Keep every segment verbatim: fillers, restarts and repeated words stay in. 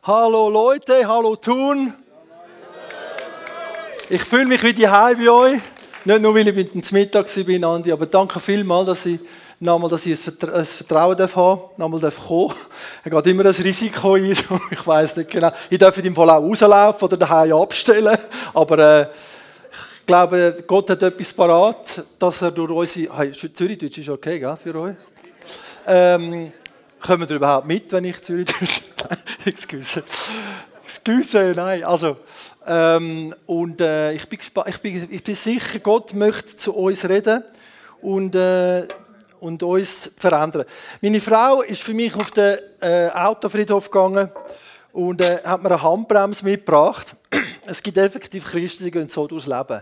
Hallo Leute, hallo Thun. Ich fühle mich wie die Heim bei euch. Nicht nur, weil ich mit dem Mittag war, Andi, aber danke vielmals, dass ich nochmal, dass ich ein Vertrauen haben darf, nochmal kommen darf. Er geht immer ein Risiko ein, ich weiss nicht genau. Ich darf in dem Fall auch rauslaufen oder daheim abstellen, aber äh, ich glaube, Gott hat etwas parat, dass er durch unsere... Hey, Zürichdeutsch ist okay, gell, für euch? Ähm, kommen wir überhaupt mit, wenn ich Zürichdeutsch... Excuse. Excuse, nein. Also, ähm, und äh, ich, bin gespa- ich, bin, ich bin sicher, Gott möchte zu uns reden und, äh, und uns verändern. Meine Frau ist für mich auf den äh, Autofriedhof gegangen und äh, hat mir eine Handbremse mitgebracht. Es gibt effektiv Christen, die gehen so durchs Leben.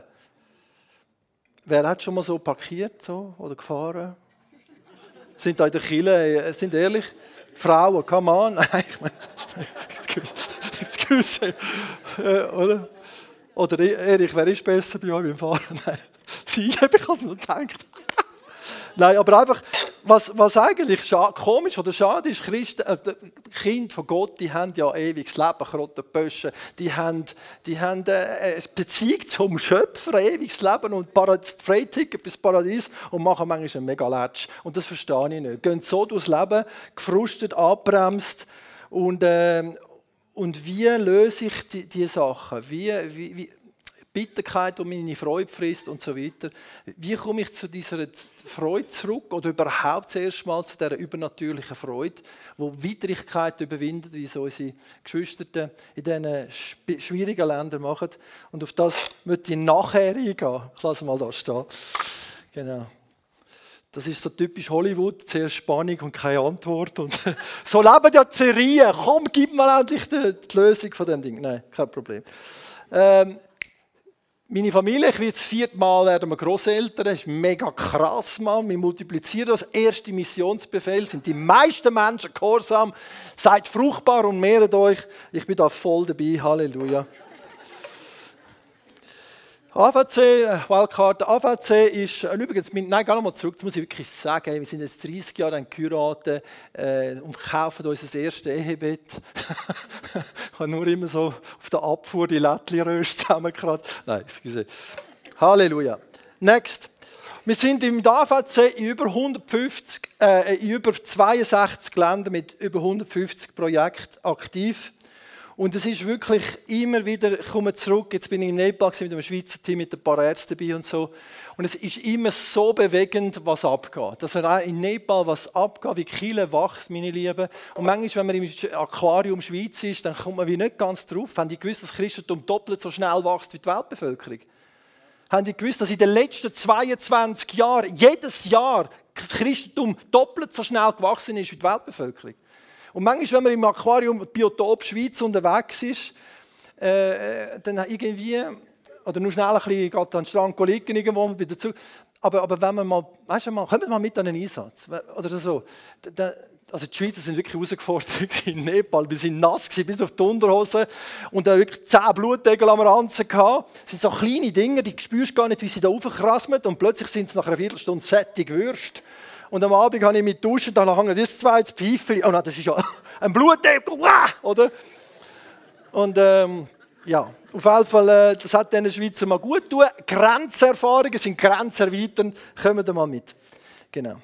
Wer hat schon mal so parkiert so, oder gefahren? Sind da in der Kirche, sind ehrlich? Frauen, come on. Nein, ich meine, excuse, excuse. Äh, oder? Oder Erich, wer ist besser bei euch beim Fahren? Nein, Sie, ich habe es noch gedacht. Nein, aber einfach, was, was eigentlich scha- komisch oder schade ist, Christen, äh, die Kinder von Gott, die haben ja ewiges Leben, Krotten, Böschen, die haben, die haben äh, eine Beziehung zum Schöpfer, ein ewiges Leben und Parad- Freiticket bis Paradies und machen manchmal einen mega Latsch. Und das verstehe ich nicht. Gehen so durchs Leben, gefrustet, abbremst und, äh, und wie löse ich die, die Sachen? Wie, wie, wie Bitterkeit, die meine Freude frisst und so weiter. Wie komme ich zu dieser Freude zurück oder überhaupt zuerst mal zu dieser übernatürlichen Freude, die Widrigkeiten überwindet, wie so unsere Geschwister in diesen schwierigen Ländern machen. Und auf das möchte ich nachher eingehen. Ich lasse mal da stehen. Genau. Das ist so typisch Hollywood, zuerst Spannung und keine Antwort. Und so leben ja die Serien. Komm, gib mal endlich die, die Lösung von dem Ding. Nein, kein Problem. Ähm, Meine Familie, ich bin jetzt das vierte Mal werden wir Grosseltern, das ist mega krass, Mann. Wir multiplizieren das. Erste Missionsbefehl sind die meisten Menschen gehorsam. Seid fruchtbar und mehret euch. Ich bin da voll dabei, Halleluja. A V C, Wildcard, A V C ist, äh, übrigens, nein, geh nochmal zurück, das muss ich wirklich sagen, wir sind jetzt dreißig Jahre geheiratet äh, und kaufen uns das erste Ehebett. Ich habe nur immer so auf der Abfuhr die Lättli-Röste zusammengekratzt. Nein, excuse. Halleluja. Next. Wir sind im A V C in über hundertfünfzig, äh, in über zweiundsechzig Ländern mit über hundertfünfzig Projekten aktiv. Und es ist wirklich immer wieder, ich komme zurück, jetzt bin ich in Nepal mit einem Schweizer Team, mit ein paar Ärzten dabei und so. Und es ist immer so bewegend, was abgeht. Dass auch in Nepal was abgeht, wie die Kirche wächst, meine Lieben. Und manchmal, wenn man im Aquarium Schweiz ist, dann kommt man wie nicht ganz drauf. Haben die gewusst, dass das Christentum doppelt so schnell wächst wie die Weltbevölkerung? Haben die gewusst, dass in den letzten zweiundzwanzig Jahren, jedes Jahr, das Christentum doppelt so schnell gewachsen ist wie die Weltbevölkerung? Und manchmal, wenn man im Aquarium Biotop Schweiz unterwegs ist, äh, dann irgendwie, oder nur schnell ein bisschen geht an den Strand liegen irgendwo wieder zu. Aber, aber wenn man mal, weißt du mal, kommt mal mit an einen Einsatz oder so. Da, also die Schweizer sind wirklich herausgefordert in Nepal. Wir sind nass gewesen, bis auf die Unterhose und da wirklich zehn Blutdeckel am Ranzen gehabt. Das sind so kleine Dinge, die spürst gar nicht, wie sie da raufkrasmen und plötzlich sind es nach einer Viertelstunde sättig Würste. Und am Abend habe ich mit duschen, dann hängen das zweite Pfeifchen. Oh nein, das ist ja ein Blutdeckel, oder? Und ähm, ja, auf jeden Fall, äh, das hat den Schweizer mal gut getan. Grenzerfahrungen sind grenzerweiternd. Kommen wir mal mit. Genau.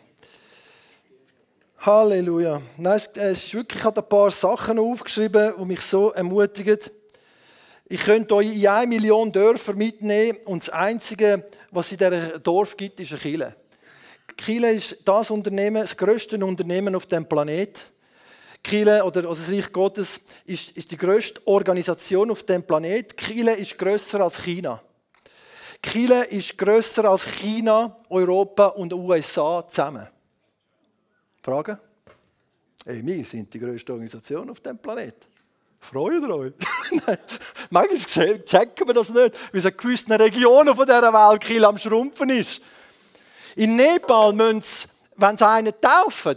Halleluja. Nein, es, es ist wirklich, ich habe ein paar Sachen aufgeschrieben, die mich so ermutigen. Ich könnte euch in eine Million Dörfer mitnehmen und das Einzige, was es in diesem Dorf gibt, ist eine Kirche. Kirche ist das Unternehmen, das grösste Unternehmen auf dem Planeten. Kirche oder also das Reich Gottes ist, ist die grösste Organisation auf dem Planeten. Kirche ist grösser als China. Kirche ist grösser als China, Europa und U S A zusammen. Fragen? Hey, wir sind die grösste Organisation auf dem Planeten. Freut ihr euch? Nein. Manchmal checken wir das nicht, wie es in gewissen Regionen von dieser Welt Kirche am Schrumpfen ist. In Nepal müssen sie, wenn sie einen taufen,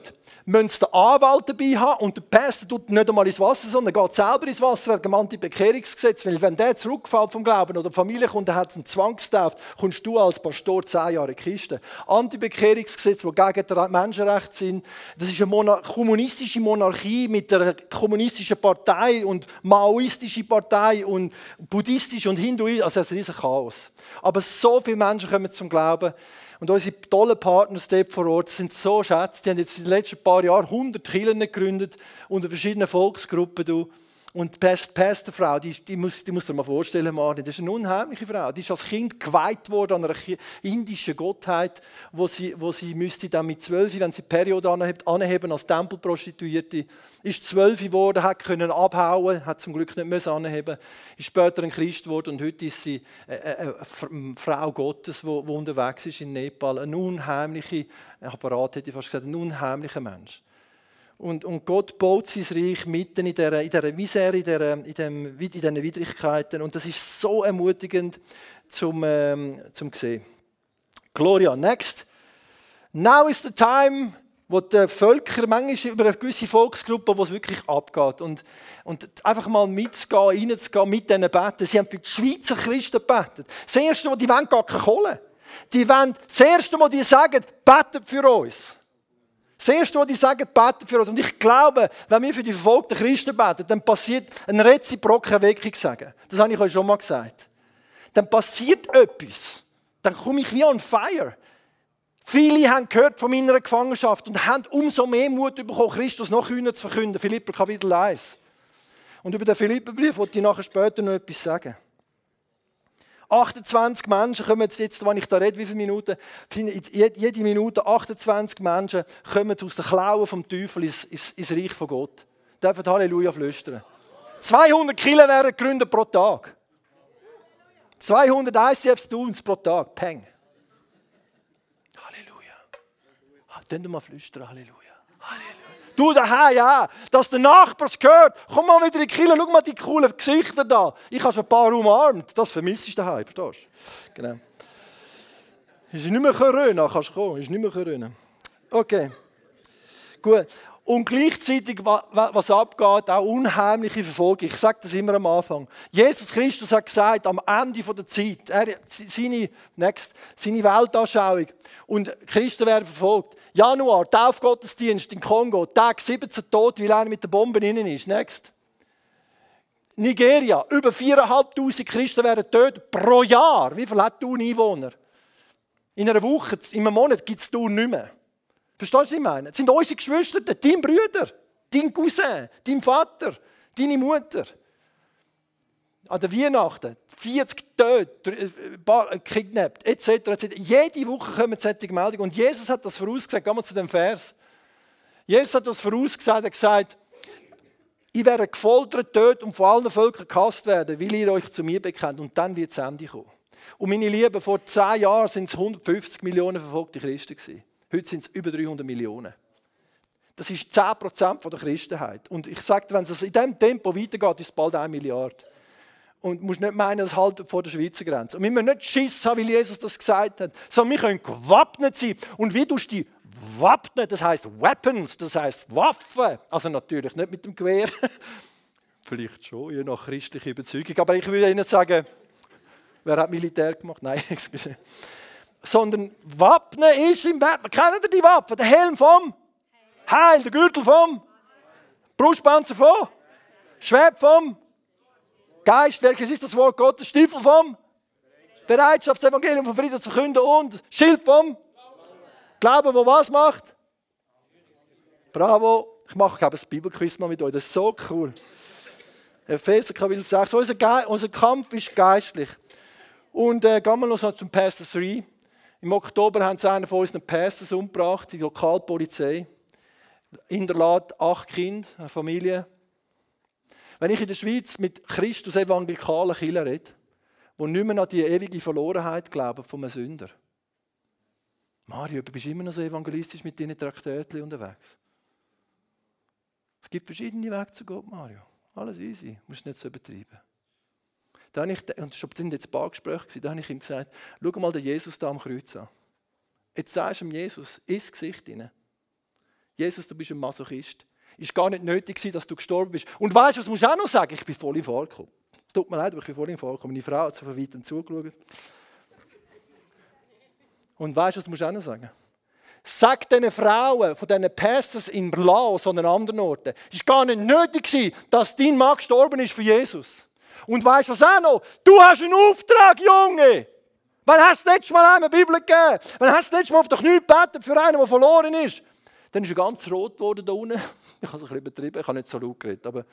müssen sie den Anwalt dabei haben und der Pastor tut nicht einmal ins Wasser, sondern geht selber ins Wasser wegen dem Anti-Bekehrungsgesetz. Weil wenn der zurückfällt vom Glauben oder die Familie kommt, dann hat es einen Zwangstauft, kommst du als Pastor zehn Jahre in die Kiste. Anti-Bekehrungsgesetz, die gegen die Menschenrechte sind, das ist eine Monar- kommunistische Monarchie mit einer kommunistischen Partei und maoistische Partei und buddhistische und hinduistische, also es ist ein Chaos. Aber so viele Menschen kommen zum Glauben. Und unsere tollen Partner dort vor Ort sind so schätzt. Die haben jetzt in den letzten paar Jahren hundert Kirchen gegründet unter verschiedenen Volksgruppen. Du. Und die Pastorfrau, die, die, muss, die musst du dir mal vorstellen, Martin, das ist eine unheimliche Frau. Die ist als Kind geweiht worden an einer indischen Gottheit, wo sie, wo sie müsste dann mit zwölf, wenn sie die Periode anhebt, anheben als Tempelprostituierte. Ist zwölf geworden, hat können abhauen, hat zum Glück nicht müssen anheben, ist später ein Christ geworden und heute ist sie eine Frau Gottes, die unterwegs ist in Nepal. Ein unheimlicher Apparat, hätte ich fast gesagt, ein unheimlicher Mensch. Und, und Gott baut sein Reich mitten in dieser, in dieser Misere, in, dieser, in, dem, in diesen Widrigkeiten. Und das ist so ermutigend zum, ähm, zum sehen. Gloria, next. Now is the time, wo die Völker, manchmal über eine gewisse Volksgruppe, wo es wirklich abgeht. Und, und einfach mal mitzugehen, reinzugehen, mit diesen Beten. Sie haben für die Schweizer Christen gebetet. Das Erste, was die wollen, gar keine Kohle. Die wollen, das Erste, was die sagen, betet für uns. Das Erste, was die sagen, beten für uns. Und ich glaube, wenn wir für die verfolgten Christen beten, dann passiert ein reziproker Erweckungssagen. Das habe ich euch schon mal gesagt. Dann passiert etwas. Dann komme ich wie on fire. Viele haben gehört von meiner Gefangenschaft und haben umso mehr Mut bekommen, Christus noch ihnen zu verkünden. Philipper Kapitel eins. Und über den Philipperbrief wollte ich nachher später noch etwas sagen. achtundzwanzig Menschen kommen jetzt, wenn ich da rede, wie viele Minuten? Jede Minute achtundzwanzig Menschen kommen aus den Klauen vom Teufel ins, ins, ins Reich von Gott. Dürfen Halleluja flüstern. zweihundert Kirchen werden gegründet pro Tag. zweihundert I C Fs Students pro Tag. Peng. Halleluja. Könnt ihr mal flüstern? Halleluja. Halleluja. Du daheim, ja, dass der Nachbar es hört. Komm mal wieder in die Kirche, schau mal die coolen Gesichter da. Ich habe schon ein paar umarmt. Das vermisse ich daheim, verstehst du? Genau. Ist nicht mehr Corona, kannst du kommen. Ist nicht mehr Corona. Okay. Gut. Und gleichzeitig, was abgeht, auch unheimliche Verfolgung. Ich sage das immer am Anfang. Jesus Christus hat gesagt, am Ende der Zeit, er, seine, next, seine Weltanschauung, und Christen werden verfolgt. Januar, Taufgottesdienst in Kongo, Tag siebzehn tot, weil einer mit der Bombe innen ist. Next. Nigeria, über viertausendfünfhundert Christen werden getötet pro Jahr. Wie viel hat Thun Einwohner? In einer Woche, in einem Monat gibt es Thun nicht mehr. Verstehst du, was ich meine? Das sind unsere Geschwister, deine Brüder, dein Cousin, dein Vater, deine Mutter. An der Weihnachten, vierzig Tote, gekidnappt, et cetera et cetera. Jede Woche kommen solche Meldungen. Und Jesus hat das vorausgesagt. Gehen wir zu dem Vers. Jesus hat das vorausgesagt. Er hat gesagt, ich werde gefoltert, tot und von allen Völkern gehasst werden, weil ihr euch zu mir bekennt. Und dann wird das Ende kommen. Und meine Lieben, vor zehn Jahren waren es hundertfünfzig Millionen verfolgte Christen gewesen. Heute sind es über dreihundert Millionen. Das ist zehn Prozent der Christenheit. Und ich sage, wenn es in diesem Tempo weitergeht, ist es bald eine Milliarde. Und du musst nicht meinen, das halt vor der Schweizer Grenze. Und wir müssen nicht Schiss haben, weil Jesus das gesagt hat, sondern wir können gewappnet sein. Und wie tust du die wappnen? Das heisst Weapons, das heisst Waffen. Also natürlich nicht mit dem Gewehr. Vielleicht schon, je nach christlicher Überzeugung. Aber ich würde Ihnen sagen, wer hat Militär gemacht? Nein, excuse. Sondern Wappnen ist im Wappen. Kennen ihr die Waffen? Der Helm vom Heil, der Gürtel vom Brustpanzer vom Schwert vom Geist. Welches ist das Wort Gottes? Stiefel vom Bereitschaftsevangelium vom Frieden zu verkünden und Schild vom Glauben, wo was macht? Bravo. Ich mache glaube ich, ein Bibelquiz mal mit euch. Das ist so cool. Epheser Kapitel sechs. Unser, Ge- unser Kampf ist geistlich. Und äh, gehen wir noch zum Pastor drei. Im Oktober haben sie einen von unseren Pastors umgebracht, die Lokalpolizei. Hinterlässt acht Kinder, eine Familie. Wenn ich in der Schweiz mit Christus evangelikalen Kirchen rede, die nicht mehr an die ewige Verlorenheit glauben von einem Sünder. Mario, du bist immer noch so evangelistisch mit deinen Traktätchen unterwegs. Es gibt verschiedene Wege zu Gott, Mario. Alles easy, du musst nicht so übertreiben. Da habe ich, und das waren jetzt ein paar Gespräche, da habe ich ihm gesagt, schau mal den Jesus da am Kreuz an. Jetzt sagst du ihm Jesus ins Gesicht hinein. Jesus, du bist ein Masochist. Ist gar nicht nötig gewesen, dass du gestorben bist. Und weißt du, was musst du auch noch sagen? Ich bin voll im Vorkommen. Es tut mir leid, aber ich bin voll im Vorkommen. Meine Frau hat so von weitem zugeschaut. Und weißt du, was musst du auch noch sagen? Sag diesen Frauen von diesen Pastors in Laos oder an anderen Orten, es war gar nicht nötig gewesen, dass dein Mann gestorben ist für Jesus. Und weißt du was auch noch? Du hast einen Auftrag, Junge! Wann hast du das letzte Mal eine Bibel gegeben? Wann hast du das letzte Mal auf den Knie gebetet für einen, der verloren ist? Dann ist er ganz rot geworden da unten. Ich habe es ein bisschen übertrieben, ich habe nicht so laut geredet. Aber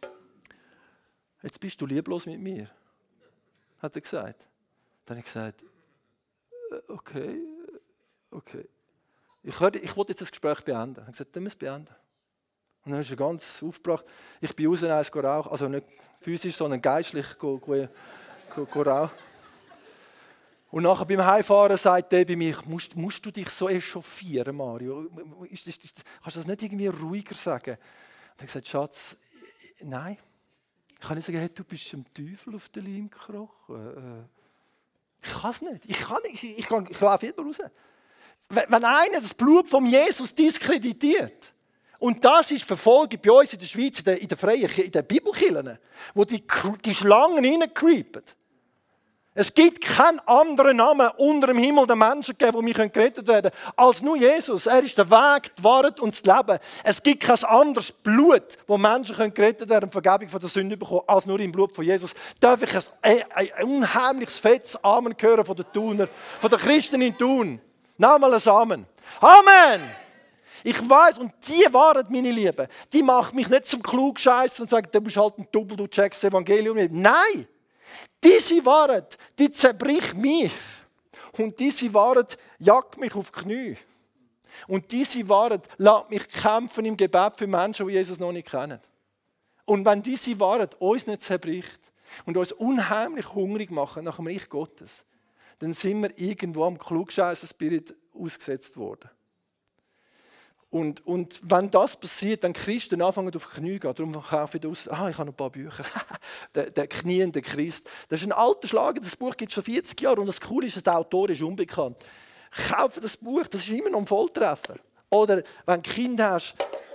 jetzt bist du lieblos mit mir, hat er gesagt. Dann habe ich gesagt, okay, okay. Ich, hörte, ich wollte jetzt das Gespräch beenden. Ich habe gesagt, dann müssen wir es beenden. Und dann ist er ganz aufgebracht. Ich bin raus, eins rauchen, also nicht physisch, sondern geistlich rauchen. Und nachher beim Heimfahren sagt er bei mir, musst, musst du dich so echauffieren, Mario? Ist, ist, ist, kannst du das nicht irgendwie ruhiger sagen? Und er hat gesagt, Schatz, nein. Ich kann nicht sagen, hey, du bist dem Teufel auf den Leim gekrochen. Ich kann es nicht. Ich, kann nicht. Ich, ich, kann, ich laufe immer raus. Wenn einer das Blut von Jesus diskreditiert, und das ist Verfolgung bei uns in der Schweiz, in der, in der freien, in den Bibelkirchen, wo die, die Schlangen reingecreepen. Es gibt keinen anderen Namen unter dem Himmel der Menschen gegeben, wo wir gerettet werden können, als nur Jesus. Er ist der Weg, die Wahrheit und das Leben. Es gibt kein anderes Blut, wo Menschen gerettet werden und Vergebung von der Sünde bekommen, als nur im Blut von Jesus. Darf ich ein, ein, ein unheimliches fettes Amen hören von den Thuner, von den Christen in Thun? Nochmal ein Amen. Amen! Ich weiss, und die Wahrheit, meine Lieben, die macht mich nicht zum Klugscheiß und sagt, du bist halt ein Double, du checkst das Evangelium nicht. Nein! Diese Wahrheit, die zerbricht mich. Und diese Wahrheit jagt mich auf die Knie. Und diese Wahrheit lässt mich kämpfen im Gebet für Menschen, die Jesus noch nicht kennen. Und wenn diese Wahrheit uns nicht zerbricht und uns unheimlich hungrig macht nach dem Reich Gottes, dann sind wir irgendwo am Klugscheißer-Spirit ausgesetzt worden. Und, und wenn das passiert, dann Christen anfangen auf die Knie zu gehen. Darum kaufe ich aus, ah, ich habe noch ein paar Bücher. der, der kniende Christ. Das ist ein alter Schlager, das Buch gibt es schon vierzig Jahre. Und das Coole ist, der Autor ist unbekannt. Kaufe das Buch, das ist immer noch ein Volltreffer. Oder wenn du Kind hast,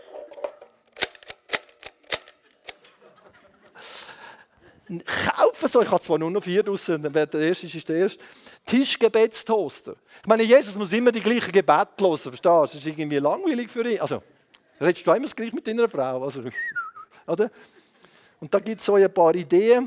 kaufen so, ich habe zwar nur noch vier draussen, dann wäre der erste ist der erste. Tischgebetstoaster. Ich meine, Jesus muss immer die gleichen Gebete hören, verstehst du? Das ist irgendwie langweilig für ihn. Also, redest du immer das Gleiche mit deiner Frau? Also, oder? Und da gibt es so ein paar Ideen.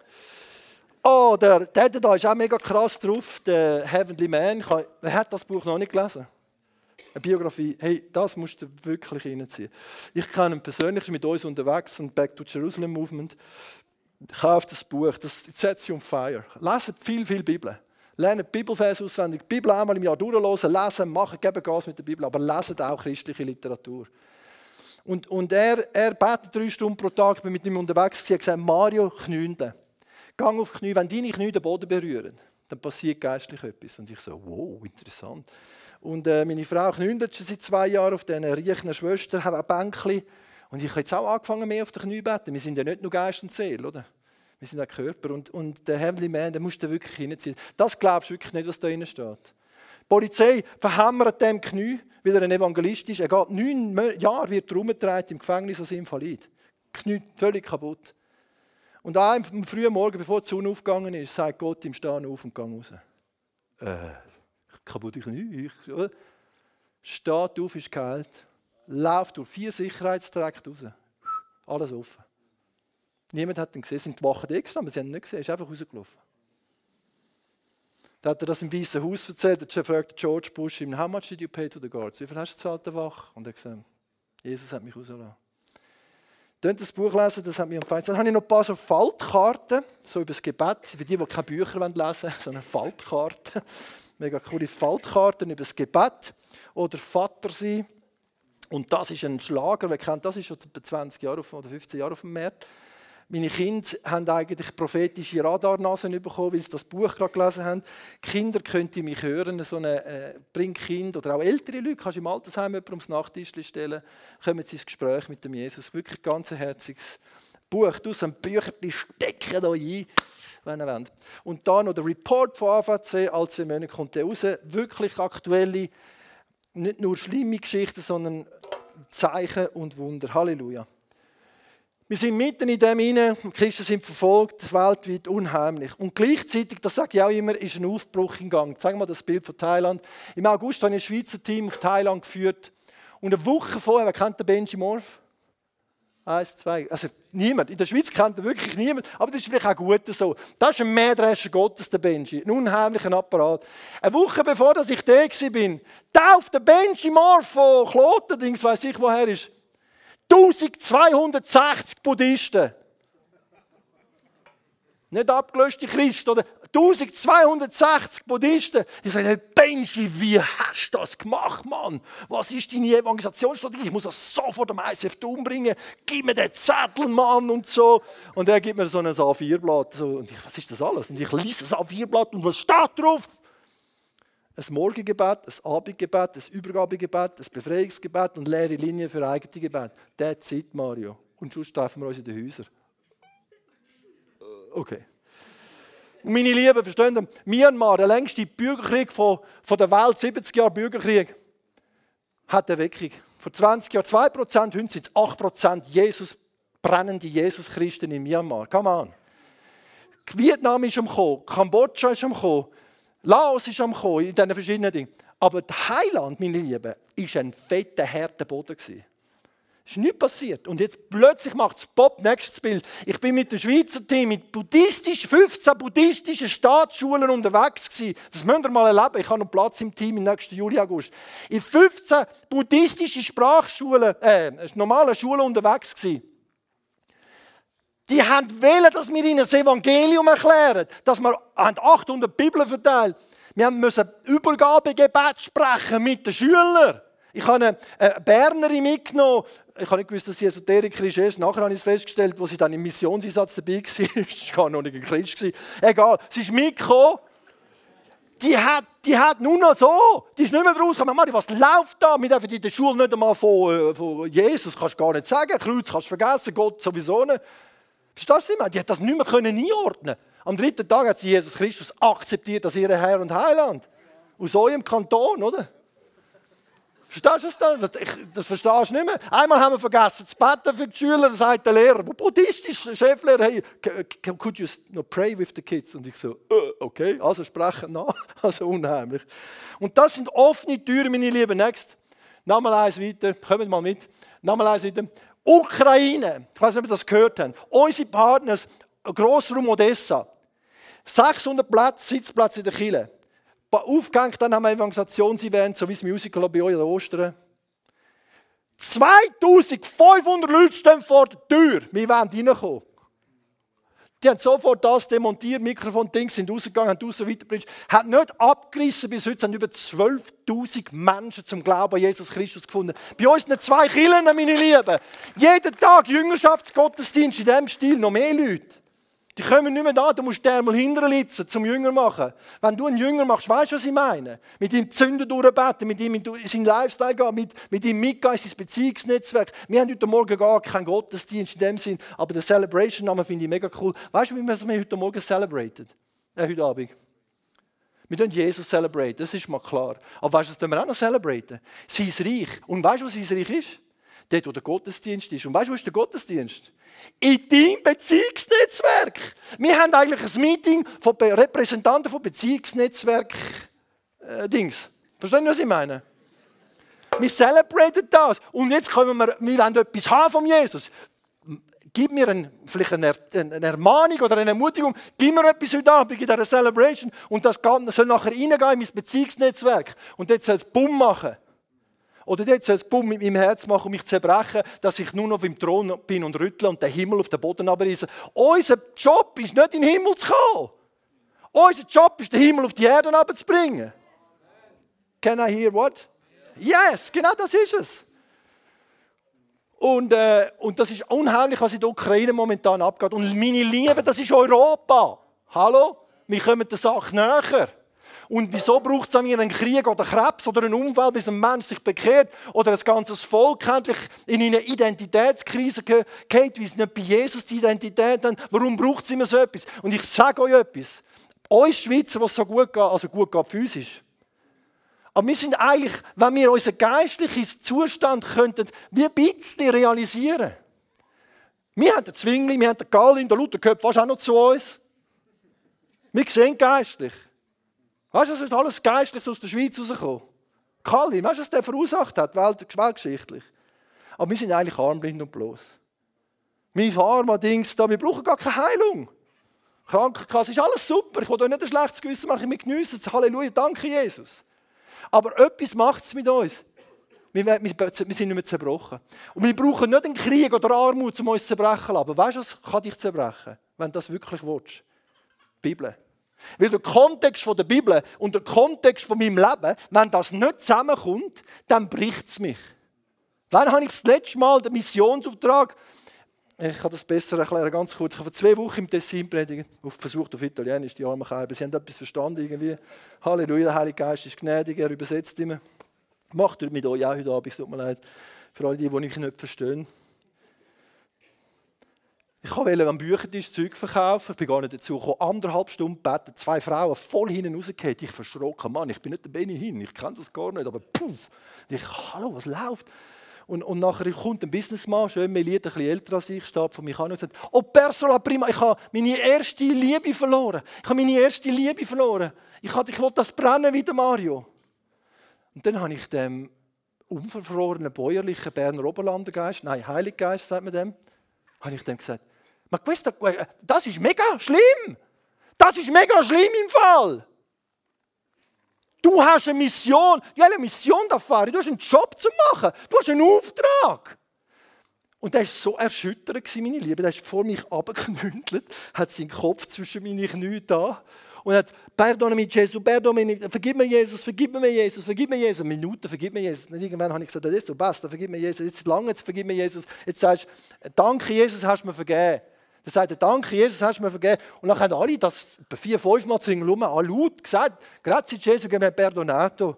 Oh, der, der da ist auch mega krass drauf, der Heavenly Man. Er hat das Buch noch nicht gelesen. Eine Biografie, hey, das musst du wirklich reinziehen. Ich kenne ihn persönlich, ist mit uns unterwegs und Back to Jerusalem Movement. Kauft das Buch, das sets you on fire. Leset viel, viel Bibel. Lernen Bibelvers auswendig, die Bibel einmal im Jahr durchlesen, lesen, machen, geben Gas mit der Bibel, aber lesen auch christliche Literatur. Und, und er, er betet drei Stunden pro Tag, ich bin mit ihm unterwegs, er hat gesagt, Mario, Knünde. Gang auf die Knie, wenn deine Knie den Boden berühren, dann passiert geistlich etwas. Und ich so, wow, interessant. Und äh, meine Frau knündet schon seit zwei Jahren auf diesen reichen Schwestern, hat auch Bänkchen. Und ich habe jetzt auch angefangen, mehr auf die Knie zu beten. Wir sind ja nicht nur Geist und Seele, oder? Wir sind auch Körper. Und, und der Heavenly Man, der musst du wirklich hineinziehen. Das glaubst du wirklich nicht, was da drin steht. Die Polizei verhämmert dem Knie, weil er ein Evangelist ist. Er geht neun Jahre, wird er rumgetragen im Gefängnis als Invalid. Knie völlig kaputt. Und am frühen Morgen, bevor die Sonne aufgegangen ist, sagt Gott ihm, steh auf und geh raus. Äh, kaputte Knie. Ich, oder? Steht auf, ist geheilt. Läuft durch vier Sicherheitsträger raus. Alles offen. Niemand hat ihn gesehen. Es sind die Wachen extra, aber sie haben ihn nicht gesehen. Er ist einfach rausgelaufen. Da hat er das im Weißen Haus erzählt. Er fragt George Bush ihm, how much did you pay to the guards? Wie viel hast du gezahlt der Wache? Und er hat gesagt, Jesus hat mich rausgelassen. Könnt das Buch lesen, das hat mich empfohlen. Dann habe ich noch ein paar so Faltkarten, so über das Gebet. Für die, die keine Bücher lesen wollen, so eine Faltkarte. Mega coole Faltkarten über das Gebet. Oder Vater sein. Und das ist ein Schlager, wer kennt das, ist schon etwa zwanzig Jahre auf, oder fünfzehn Jahre auf dem Markt. Meine Kinder haben eigentlich prophetische Radarnasen bekommen, weil sie das Buch gerade gelesen haben. Kinder könnt ihr mich hören, so ein äh, Bringkind oder auch ältere Leute, kannst du im Altersheim jemanden ums Nachttischchen stellen, kommen sie ins Gespräch mit dem Jesus. Wirklich ein ganz herziges Buch. Du so ein Bücherchen stecken da ein, wenn ihr wollt. Und dann noch der Report von A V C, alle zwei Monate kommt der raus. Wirklich aktuelle, nicht nur schlimme Geschichten, sondern Zeichen und Wunder. Halleluja. Wir sind mitten in dem hinein, die Christen sind verfolgt, weltweit unheimlich. Und gleichzeitig, das sage ich auch immer, ist ein Aufbruch in Gang. Zeigen wir das Bild von Thailand. Im August habe ich ein Schweizer Team auf Thailand geführt. Und eine Woche vorher, wer kennt den Benji Morph? Eins, zwei, also niemand. In der Schweiz kennt er wirklich niemand, aber das ist vielleicht auch gut so. Das ist ein Mähdrescher Gottes, der Benji. Ein unheimlicher Apparat. Eine Woche bevor ich da war, tauft der Benji Morph von Kloten, Dings weiss ich woher ist, eintausendzweihundertsechzig Buddhisten. Nicht abgelöschte Christen, oder? eintausendzweihundertsechzig Buddhisten. Ich sage, hey Benji, wie hast du das gemacht, Mann? Was ist deine Evangelisationsstrategie? Ich muss das sofort am I C F umbringen. Gib mir den Zettel, Mann, und so. Und er gibt mir so ein A vier Blatt. So. Und ich, was ist das alles? Und ich lese das A vier Blatt und was steht drauf? Ein Morgengebet, ein Abendgebet, ein Übergabegebet, ein Befreiungsgebet und leere Linien für eigene Gebet. That's it, Mario. Und sonst treffen wir uns in den Häusern. Okay. Und meine Lieben, verstehen Sie, Myanmar, der längste Bürgerkrieg von, von der Welt, siebzig Jahre Bürgerkrieg, hat eine Weckung. Vor zwanzig Jahren zwei Prozent, heute sind es acht Prozent Jesus, brennende Jesus-Christen in Myanmar. Come on. Vietnam ist am Kommen, Kambodscha ist am Kommen, Laos ist am Kommen, in diesen verschiedenen Dingen. Aber Thailand, meine Lieben, war ein fetter, harter Boden. Es ist nichts passiert. Und jetzt plötzlich macht es Pop, nächstes Bild. Ich bin mit dem Schweizer Team mit buddhistisch, fünfzehn buddhistischen Staatsschulen unterwegs gewesen. Das müsst ihr mal erleben. Ich habe noch Platz im Team im nächsten Juli, August. In fünfzehn buddhistischen Sprachschulen, äh, normalen Schulen unterwegs gewesen. Die wollten, dass wir ihnen das Evangelium erklären. Dass wir achthundert Bibeln verteilt. Wir mussten Übergabegebet sprechen mit den Schülern. Ich habe eine Bernerin mitgenommen. Ich habe nicht gewusst, dass sie Esoterikerin ist. Nachher habe ich es festgestellt, als sie dann im Missionseinsatz dabei war. Das war gar noch nicht ein Christ. Egal, sie ist mitgekommen. Die hat, die hat nur noch so. Die ist nicht mehr rausgekommen. Mari, was läuft da? Wir dürfen in der Schule nicht einmal von, von Jesus. Kannst du gar nicht sagen. Kreuz kannst du vergessen. Gott sowieso nicht. Verstehst du? Die hat das nicht mehr einordnen. Am dritten Tag hat sie Jesus Christus akzeptiert als ihren Herr und Heiland. Aus eurem Kanton, oder? Verstehst du das? Das, das verstehst du nicht mehr. Einmal haben wir vergessen zu beten für die Schüler, da sagt der Lehrer, der buddhistische Cheflehrer, hey, could you not pray with the kids? Und ich so, okay, also sprechen nach. Also unheimlich. Und das sind offene Türen, meine Lieben. Next. Nochmal eins weiter, kommt mal mit. Nochmal eins weiter. Ukraine, ich weiß nicht, ob ihr das gehört habt. Unsere Partners, Grossraum Odessa. sechshundert Plätze, Sitzplätze in der Kirche. Aufgehängt, dann haben wir Evangelisationsevent, so wie das Musical bei euch an Ostern. zweitausendfünfhundert Leute stehen vor der Tür. Wir wollen reinkommen. Die haben sofort das demontiert, Mikrofon, Dings sind rausgegangen, haben draussen weitergebracht. Hat nicht abgerissen bis heute, sind über zwölftausend Menschen zum Glauben an Jesus Christus gefunden. Bei uns sind zwei Kirchen, meine Lieben. Jeden Tag Jüngerschaftsgottesdienst in diesem Stil, noch mehr Leute. Die kommen nicht mehr da, du musst den mal hinterlitzen, zum Jünger machen. Wenn du einen Jünger machst, weißt du, was ich meine? Mit ihm die Sünden durchbeten, mit ihm in seinen Lifestyle gehen, mit, mit ihm mitgehen in sein Beziehungsnetzwerk. Wir haben heute Morgen gar keinen Gottesdienst in dem Sinn, aber den Celebration-Namen finde ich mega cool. Weißt du, wie wir heute Morgen celebraten? Äh, heute Abend. Wir tun Jesus celebraten, das ist mal klar. Aber weißt du, was wir auch noch celebraten? Sein Reich. Und weißt du, was sein Reich ist? Dort, wo der Gottesdienst ist. Und weißt du, wo ist der Gottesdienst? In deinem Beziehungsnetzwerk. Wir haben eigentlich ein Meeting von Repräsentanten von Beziehungsnetzwerk-Dings. Äh, Verstehen Sie, was ich meine? Wir celebraten das. Und jetzt kommen wir, wir wollen etwas haben von Jesus. Gib mir ein, vielleicht eine, eine Ermahnung oder eine Ermutigung. Gib mir etwas heute Abend in dieser Celebration. Und das soll nachher reingehen in mein Beziehungsnetzwerk. Und jetzt soll es Bumm machen. Oder jetzt soll es Bumm mit meinem Herz machen und mich zerbrechen, dass ich nur noch im Thron bin und rüttle und den Himmel auf den Boden abreiße. Unser Job ist nicht in den Himmel zu kommen. Unser Job ist, den Himmel auf die Erde runterzubringen. Can I hear what? Yes, genau das ist es. Und, äh, und das ist unheimlich, was in der Ukraine momentan abgeht. Und meine Liebe, das ist Europa. Hallo? Wir kommen der Sache näher. Und wieso braucht es an mir einen Krieg oder Krebs oder einen Unfall, bis ein Mensch sich bekehrt oder ein ganzes Volk endlich in eine Identitätskrise geht, wie es nicht bei Jesus die Identität haben? Warum braucht es immer so etwas? Und ich sage euch etwas. Uns Schweizer, was so gut geht, also gut geht physisch, Aber wir sind eigentlich, wenn wir unseren geistlichen Zustand könnten, wie ein bisschen realisieren. Wir haben den Zwingli, wir haben den Galli, der Luther gehört fast auch noch zu uns. Wir sehen geistlich. Weißt du, es ist alles Geistliches aus der Schweiz rausgekommen. Kalli, weißt du, was der verursacht hat, welt- weltgeschichtlich? Aber wir sind eigentlich armblind und bloß. Mein Pharma-Dings da, wir brauchen gar keine Heilung. Krankenkasse ist alles super, ich will euch nicht ein schlechtes Gewissen machen, wir geniessen es. Halleluja, danke Jesus. Aber etwas macht es mit uns. Wir, wir, wir sind nicht mehr zerbrochen. Und wir brauchen nicht einen Krieg oder Armut, um uns zu zerbrechen. Aber weißt du, was kann dich zerbrechen, wenn du das wirklich willst? Die Bibel. Weil der Kontext der Bibel und der Kontext von meinem Leben, wenn das nicht zusammenkommt, dann bricht es mich. Wann habe ich das letzte Mal den Missionsauftrag, ich kann das besser erklären, ganz kurz, ich habe vor zwei Wochen im Tessin predigen, versucht auf Italienisch, die armen Keiben, sie haben etwas verstanden irgendwie. Halleluja, der Heilige Geist ist gnädig, er übersetzt immer. Macht er mit euch auch heute Abend, es tut mir leid, für alle die, die mich nicht verstehen. Ich wollte am Büchertisch Zeug verkaufen, ich bin gar nicht dazu gekommen, anderthalb Stunden beten, zwei Frauen voll hinten rausgefallen. Ich verschrocken, Mann, ich bin nicht der Benny hin, ich kenne das gar nicht, aber puh, ich, hallo, was läuft? Und, und nachher kommt ein Businessman, schön meliert, ein bisschen älter als ich, steht von mir an und sagt, oh, Persola prima, ich habe meine erste Liebe verloren. Ich habe meine erste Liebe verloren. Ich, habe, ich will das brennen wie der Mario. Und dann habe ich dem unverfrorenen, bäuerlichen Berner Oberlandergeist, nein, Heiliggeist, sagt man dem, habe ich dem gesagt, das ist mega schlimm. Das ist mega schlimm im Fall. Du hast eine Mission. Du hast eine Mission da fahren. Du hast einen Job zu machen. Du hast einen Auftrag. Und er war so erschütternd, meine Liebe. Er ist vor mich runtergeknündelt, hat seinen Kopf zwischen meine Knie da und hat «Perdonami Gesù, perdonami, vergib mir Jesus, vergib mir Jesus, vergib mir Jesus». Minuten, vergib mir Jesus. Und irgendwann habe ich gesagt, das ist so basta, vergib mir Jesus. Jetzt lange, jetzt vergib mir Jesus. Jetzt sagst du, danke Jesus, hast du mir vergeben. Dann sagt er, danke Jesus, hast du mir vergeben. Und dann haben alle das vier, fünf Mal zu rum, alle laut gesagt, grazie Gesù che mi hai perdonato.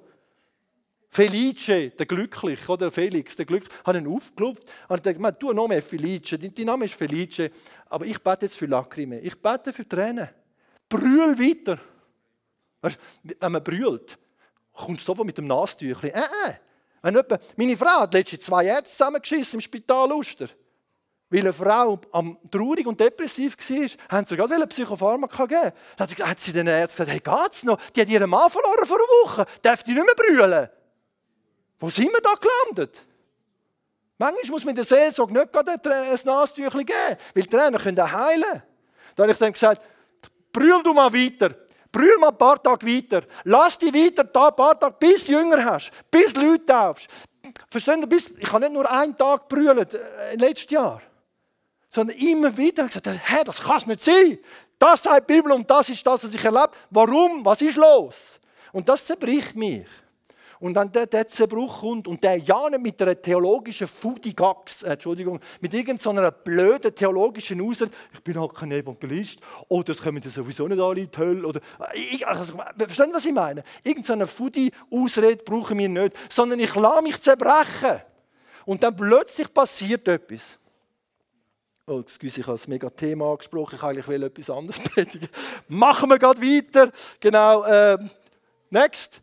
Felice, der Glückliche, oder Felix, der Glückliche, hat ihn aufgelobt. Und er hat gesagt, du Name ist Felice, dein Name ist Felice, aber ich bete jetzt für Lacrime, ich bete für Tränen. Brühl weiter. Weißt, wenn man brüllt, kommst du sofort mit dem Nasentüchlein. Äh, äh. Wenn jemand, meine Frau hat letztens zwei Ärzte zusammengeschissen im Spital Uster. Weil eine Frau am traurig und depressiv war, haben sie gerade Psychopharmaka gegeben. Dann hat sie den Ärzten gesagt, hey, geht's noch? Die hat ihren Mann verloren vor einer Woche. Darf die nicht mehr brüllen? Wo sind wir da gelandet? Manchmal muss man in der Seelsorge nicht gerade ein Nasentüchlein geben, weil die Tränen können auch heilen. Da habe ich dann gesagt, brüll du mal weiter. Brüll mal ein paar Tage weiter. Lass dich weiter da ein paar Tage, bis du Jünger hast, bis du Leute taufst. Verstehen Sie, bis, ich habe nicht nur einen Tag brüllen äh, letztes Jahr, sondern immer wieder gesagt, Herr, das kann es nicht sein. Das sagt die Bibel und das ist das, was ich erlebe. Warum? Was ist los? Und das zerbricht mich. Und wenn der, der Zerbruch kommt und der ja nicht mit einer theologischen Fudigax, äh, Entschuldigung, mit irgendeiner blöden theologischen Ausrede, ich bin halt kein Evangelist, oder das kommen ja sowieso nicht alle in die Hölle, oder, ich, also, verstehen Sie, was ich meine? Irgendeine Fudi-Ausrede brauchen wir nicht, sondern ich lasse mich zerbrechen. Und dann plötzlich passiert etwas. Oh, excuse, ich habe das mega Thema angesprochen, ich eigentlich will etwas anderes predigen. Machen wir gerade weiter. Genau, äh, next.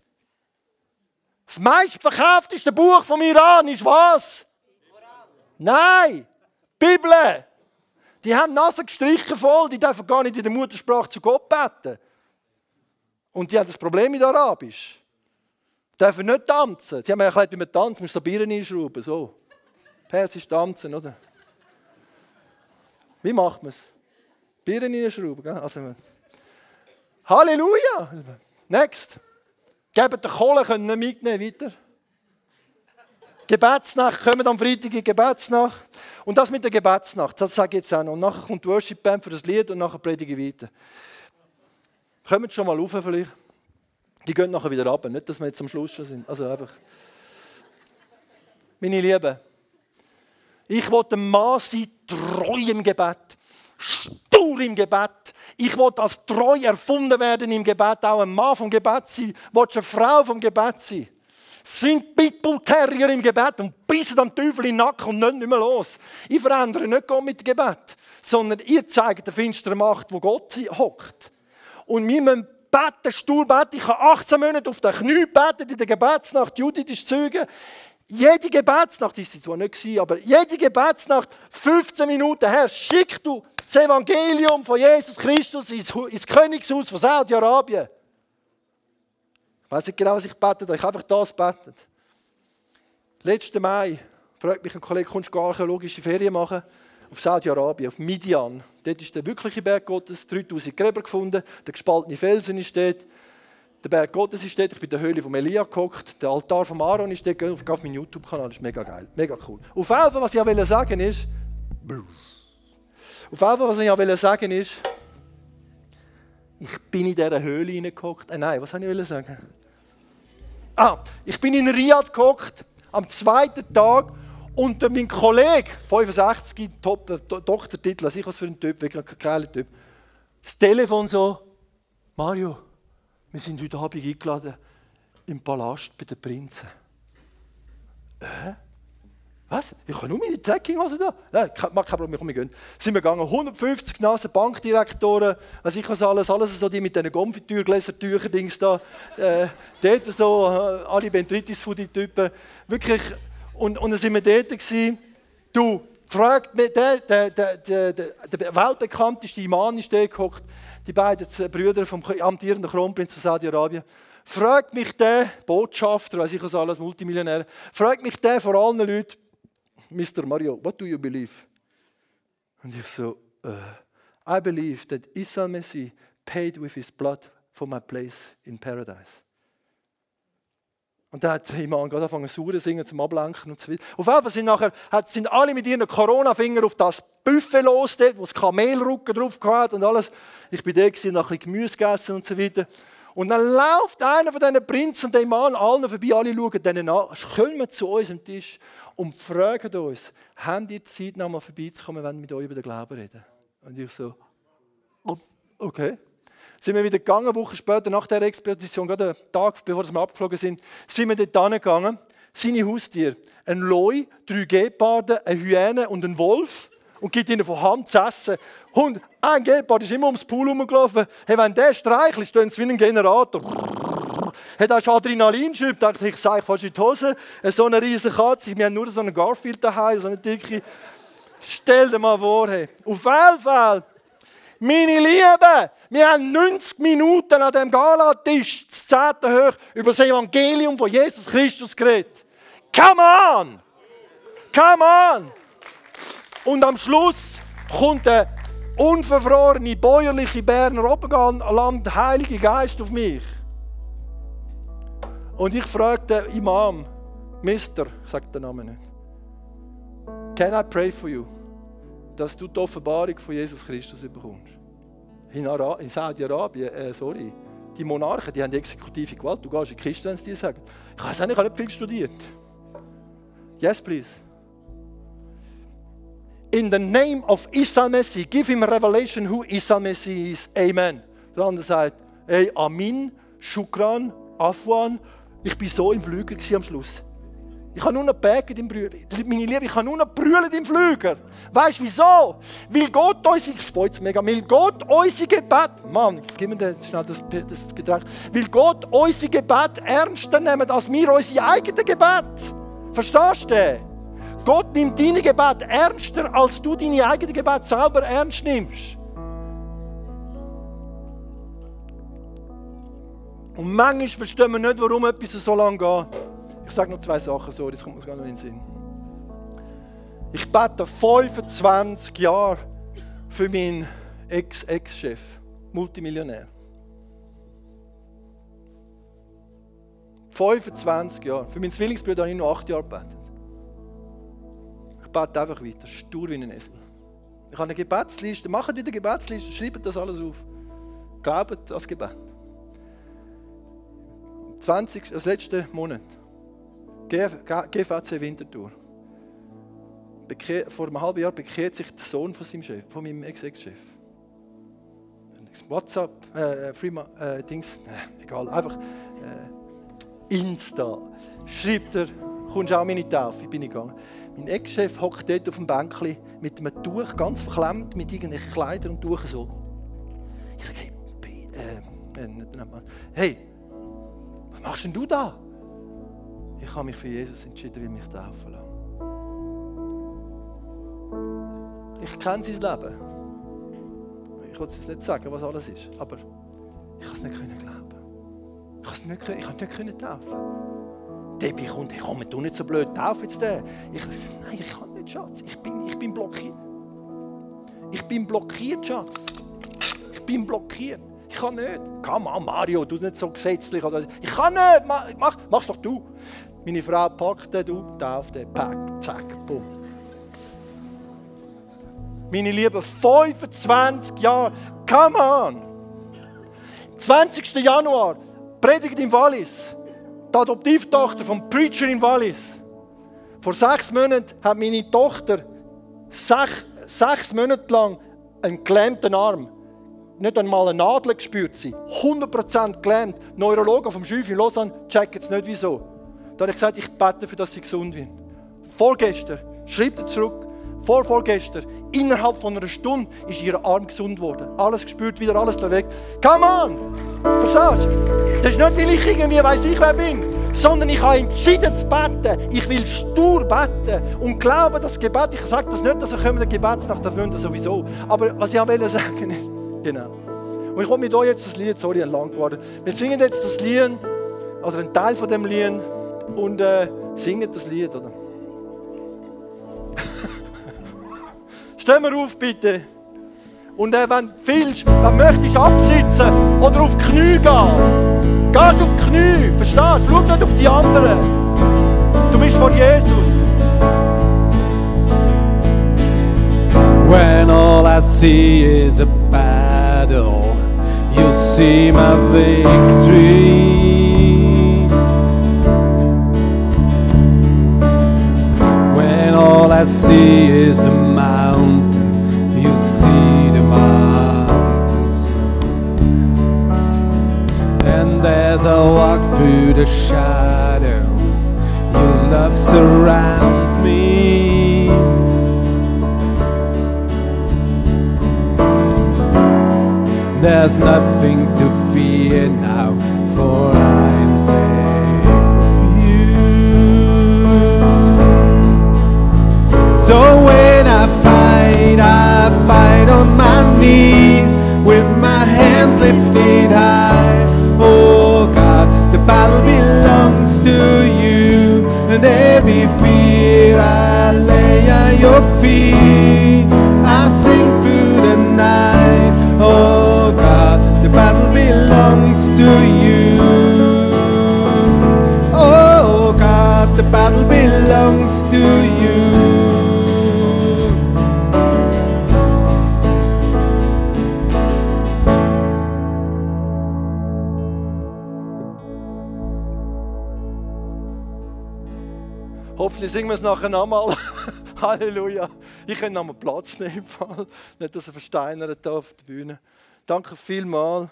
Das meistverkaufteste Buch vom Iran ist was? Nein, die Bibel. Die haben die Nase gestrichen voll, die dürfen gar nicht in der Muttersprache zu Gott beten. Und die haben das Problem mit Arabisch. Die dürfen nicht tanzen. Sie haben mir erklärt, wie man tanzt, man muss so Birnen einschrauben, so. Persisch tanzen, oder? Wie macht man es? Birnen einschrauben, gell? Also, Halleluja! Next. Gebt den Kohle, können nicht mitnehmen, weiter. Gebetsnacht, kommen am Freitag in die Gebetsnacht. Und das mit der Gebetsnacht, das sage ich jetzt auch noch. Und nachher kommt die Worship-Band für das Lied und nachher predige ich weiter. Kommt schon mal rauf vielleicht. Die gehen nachher wieder runter, nicht, dass wir jetzt am Schluss schon sind. Also einfach. Meine Lieben, ich will ein Mann sein, treu im Gebet. Stur im Gebet. Ich will als treu erfunden werden im Gebet, auch ein Mann vom Gebet sein. Willst du eine Frau vom Gebet sein? Sind Pitbull-Terrier im Gebet und bissen am Teufel in den Nacken und nicht mehr los. Ich verändere nicht Gott mit dem Gebet, sondern ihr zeigt die finstere Macht, wo Gott hockt. Und wir müssen beten, stur beten. Ich habe achtzehn Monate auf den Knie gebetet in der Gebetsnacht. Judith ist Zeuge. Jede Gebetsnacht, ist sie zwar nicht gewesen, aber jede Gebetsnacht, fünfzehn Minuten, Herr, schick du das Evangelium von Jesus Christus ins, ins Königshaus von Saudi-Arabien. Ich weiß nicht genau, was ich betet habe, ich habe einfach das betet. Letzten Mai fragt mich ein Kollege, kommst du archäologische Ferien machen? Auf Saudi-Arabien, auf Midian. Dort ist der wirkliche Berg Gottes, dreitausend Gräber gefunden, der gespaltene Felsen ist dort. Der Berg Gottes ist dort, ich bin in der Höhle von Elia gehockt, der Altar von Aaron ist dort, auf, auf meinen YouTube-Kanal, das ist mega geil, mega cool. Auf jeden Fall, was ich auch sagen ist, auf jeden Fall, was ich auch sagen ist, ich bin in dieser Höhle hineingehockt, äh, nein, was soll ich sagen? Ah, ich bin in Riyadh gehockt, am zweiten Tag, und mein Kollege, fünfundsechzig, Top, Doktortitel, was ich was für ein Typ, wirklich ein geiler Typ, das Telefon so, Mario, wir sind heute Abend eingeladen im Palast bei den Prinzen. Äh? Was? Ich habe nur meine Trekkinghose da? Nein, kein Problem, komm, wir gehen. Sind wir gegangen, hundertfünfzig Nasen, Bankdirektoren, was ich was alles, alles so die mit diesen Konfitürgläsertüchern, Dings da, äh, dort so, äh, alle Bentritis-Foodie-Typen, wirklich. Und, und dann sind wir dort gewesen. Du, fragt mich, der, der, der, der, der weltbekannteste Imam ist der gehockt, die beiden Brüder vom amtierenden Kronprinz von Saudi-Arabien. Fragt mich der Botschafter, weiß ich was alles, Multimillionär, fragt mich der vor allen Leuten, Mister Mario, what do you believe? Und ich so, uh, I believe that Isa Messi paid with his blood for my place in paradise. Und dann hat der Imam gerade angefangen zu singen, zum Ablenken und so weiter. Auf jeden Fall sind, nachher, sind alle mit ihren Corona-Fingern auf das Buffet los, dort, wo das Kamelrücken drauf hatte und alles. Ich bin da, gewesen, noch ein bisschen Gemüse gegessen und so weiter. Und dann läuft einer von diesen Prinzen, der Imam, allen vorbei, alle schauen denen an, kommen zu uns am Tisch und fragen uns, habt ihr Zeit, noch mal vorbeizukommen, wenn wir mit euch über den Glauben reden? Und ich so, okay. Sind wir wieder gegangen, eine Woche später, nach der Expedition, gerade einen Tag bevor wir abgeflogen sind, sind wir dort hingegangen. Seine Haustiere, ein Loi, drei Geparde, eine Hyäne und ein Wolf. Und gibt ihnen von Hand zu essen. Und ein Gepard ist immer ums Pool herumgelaufen. Hey, wenn der streichelt, stehen sie wie ein Generator. Hey, da ist Adrenalinschub. Da dachte ich, ich sage fast in die Hose. So eine riesige Katze. Wir haben nur so einen Garfield daheim, so eine dicke. Stell dir mal vor, hey. Auf jeden Fall. Meine Lieben, wir haben neunzig Minuten an diesem Galatisch, das zehnte hoch, über das Evangelium von Jesus Christus geredet. Come on! Come on! Und am Schluss kommt der unverfrorene, bäuerliche Berner Oberland, Heilige Geist auf mich. Und ich fragte den Imam, Mister, ich sage den Namen nicht, can I pray for you? Dass du die Offenbarung von Jesus Christus bekommst. In, in Saudi-Arabien, äh, sorry, die Monarchen, die haben exekutive Gewalt. Du gehst in die Kiste, wenn sie dir sagen. Ich weiß auch nicht, ich habe nicht viel studiert. Yes, please. In the name of Isa Messi, give him a revelation who Isa Messi is. Amen. Der andere sagt, hey, Amin, Shukran, Afwan. Ich war so im Flüger am Schluss. Ich habe nur noch gebeten im Brüder. Meine Liebe, ich habe nur noch brüllt im Flüger. Weißt du wieso? Weil Gott unsere, ich spüre jetzt mega, weil Gott unsere Gebet, Mann, gib mir das, schnell das, das Getränk, weil Gott unsere Gebet ernster nimmt als wir unsere eigenen Gebet. Verstehst du? Gott nimmt deine Gebet ernster, als du deine eigenen Gebet selber ernst nimmst. Und manchmal verstehen wir nicht, warum etwas so lange geht. Ich sage noch zwei Sachen, sorry, das kommt mir gar nicht in den Sinn. Ich bete fünfundzwanzig Jahre für meinen Ex-Ex-Chef, Multimillionär. fünfundzwanzig Jahre. Für meinen Zwillingsbruder habe ich nur acht Jahre gebetet. Ich bete einfach weiter, stur wie ein Esel. Ich habe eine Gebetsliste, macht wieder eine Gebetsliste, schreibt das alles auf. Glaubt als Gebet. zwanzig, das letzte Monat. G V C Winterthur. Bekehr, vor einem halben Jahr bekehrt sich der Sohn von, seinem Chef, von meinem Ex-Ex-Chef. WhatsApp, äh, Freema, äh, Dings, äh, egal, einfach äh, Insta. Schreibt er, kommst du auch meine Taufe? Bin ich gegangen. Mein Ex-Chef hockt dort auf dem Bänkchen mit einem Tuch, ganz verklemmt, mit irgendwelchen Kleidern und Tuchen so. Ich sage, hey, äh, Äh, nicht den Mann. Hey, was machst denn du da? Ich habe mich für Jesus entschieden, wie mich taufen lassen. Ich kenne sein Leben. Ich will jetzt nicht sagen, was alles ist, aber ich konnte es nicht glauben. Ich konnte es nicht, ich konnte nicht taufen. Debbie kommt, hey, komm, tu nicht so blöd, tauf jetzt den. Ich, nein, ich kann nicht, Schatz. Ich bin, ich bin blockiert. Ich bin blockiert, Schatz. Ich bin blockiert. Ich kann nicht. Komm an, Mario, du nicht so gesetzlich. Ich kann nicht. Mach, mach's doch du. Meine Frau packt den, du tauf den, pack, zack, bumm. Meine Lieben, fünfundzwanzig Jahre, come on! zwanzigsten Januar, Predigt in Wallis. Die Adoptivtochter vom Preacher in Wallis. Vor sechs Monaten hat meine Tochter sech, sechs Monate lang einen gelähmten Arm. Nicht einmal eine Nadel gespürt sie. hundert Prozent gelähmt. Neurologen vom Schüf in Lausanne checken jetzt nicht wieso. Da habe ich gesagt, ich bete dafür, dass sie gesund wird. Vorgestern schreibt er zurück. Vor vorgestern, innerhalb von einer Stunde, ist ihr Arm gesund geworden. Alles gespürt, wieder alles bewegt. Come on! Verstehst du? Das ist nicht, weil ich irgendwie weiss ich wer bin, sondern ich habe entschieden zu beten. Ich will stur beten und glaube, das Gebet, ich sage das nicht, dass er kommt, der Gebetsnacht, das wollen wir sowieso. Aber was ich auch wollte sagen ist, genau. Und ich will mit euch jetzt das Lied, sorry, lang geworden. Wir singen jetzt das Lied, oder einen Teil von dem Lied, und äh, singen das Lied, oder? Steh mal auf, bitte. Und äh, wenn du willst, dann möchtest du absitzen oder auf die Knie gehen. Gehst auf die Knie, verstehst du? Schau nicht auf die anderen. Du bist vor Jesus. When all I see is a battle, you see my victory. When all I see is the mountain, you see the mountains move. And as I walk through the shadows, your love surrounds me. There's nothing to fear now, for I'm safe with you. So when I fight, I fight on my knees, with my hands lifted high. Oh God, the battle belongs to you, and every fear I lay at your feet. I sing through the night. Oh God, the battle belongs to you. Oh God, the battle belongs to you. Hoffentlich singen wir es nachher nochmal. Halleluja. Ich kann nochmal Platz nehmen. Nicht, dass er versteinert hier auf der Bühne. Danke vielmals.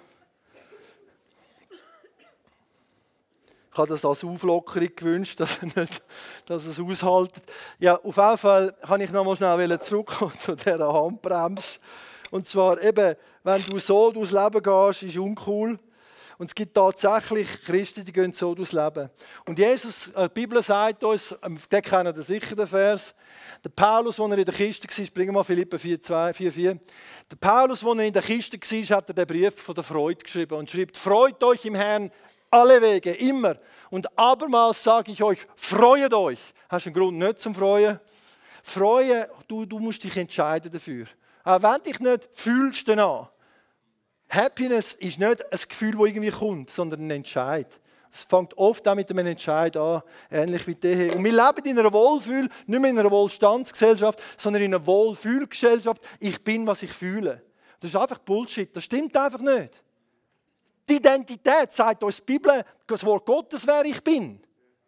Ich habe das als Auflockerung gewünscht, dass er nicht, dass er es aushält. Ja, auf jeden Fall kann ich nochmal schnell zurückkommen zu dieser Handbremse. Und zwar eben, wenn du so durchs Leben gehst, ist uncool. Und es gibt tatsächlich Christen, die gehen so durchs Leben. Und Jesus, die Bibel sagt uns, der kennt ihr sicher den Vers, der Paulus, als er in der Kiste war, bringen wir mal Philipper vier, zwei, vier, vier. Der Paulus, als er in der Kiste war, hat er den Brief von der Freude geschrieben und schreibt, freut euch im Herrn alle Wege, immer. Und abermals sage ich euch, freut euch. Hast du einen Grund nicht zum Freuen? Freuen, du, du musst dich entscheiden dafür. Auch wenn du dich nicht fühlst danach. Happiness ist nicht ein Gefühl, das irgendwie kommt, sondern ein Entscheid. Es fängt oft auch mit einem Entscheid an, ähnlich wie der. Und wir leben in einer Wohlfühl, nicht mehr in einer Wohlstandsgesellschaft, sondern in einer Wohlfühlgesellschaft. Ich bin, was ich fühle. Das ist einfach Bullshit, das stimmt einfach nicht. Die Identität sagt uns die Bibel, das Wort Gottes, wer ich bin.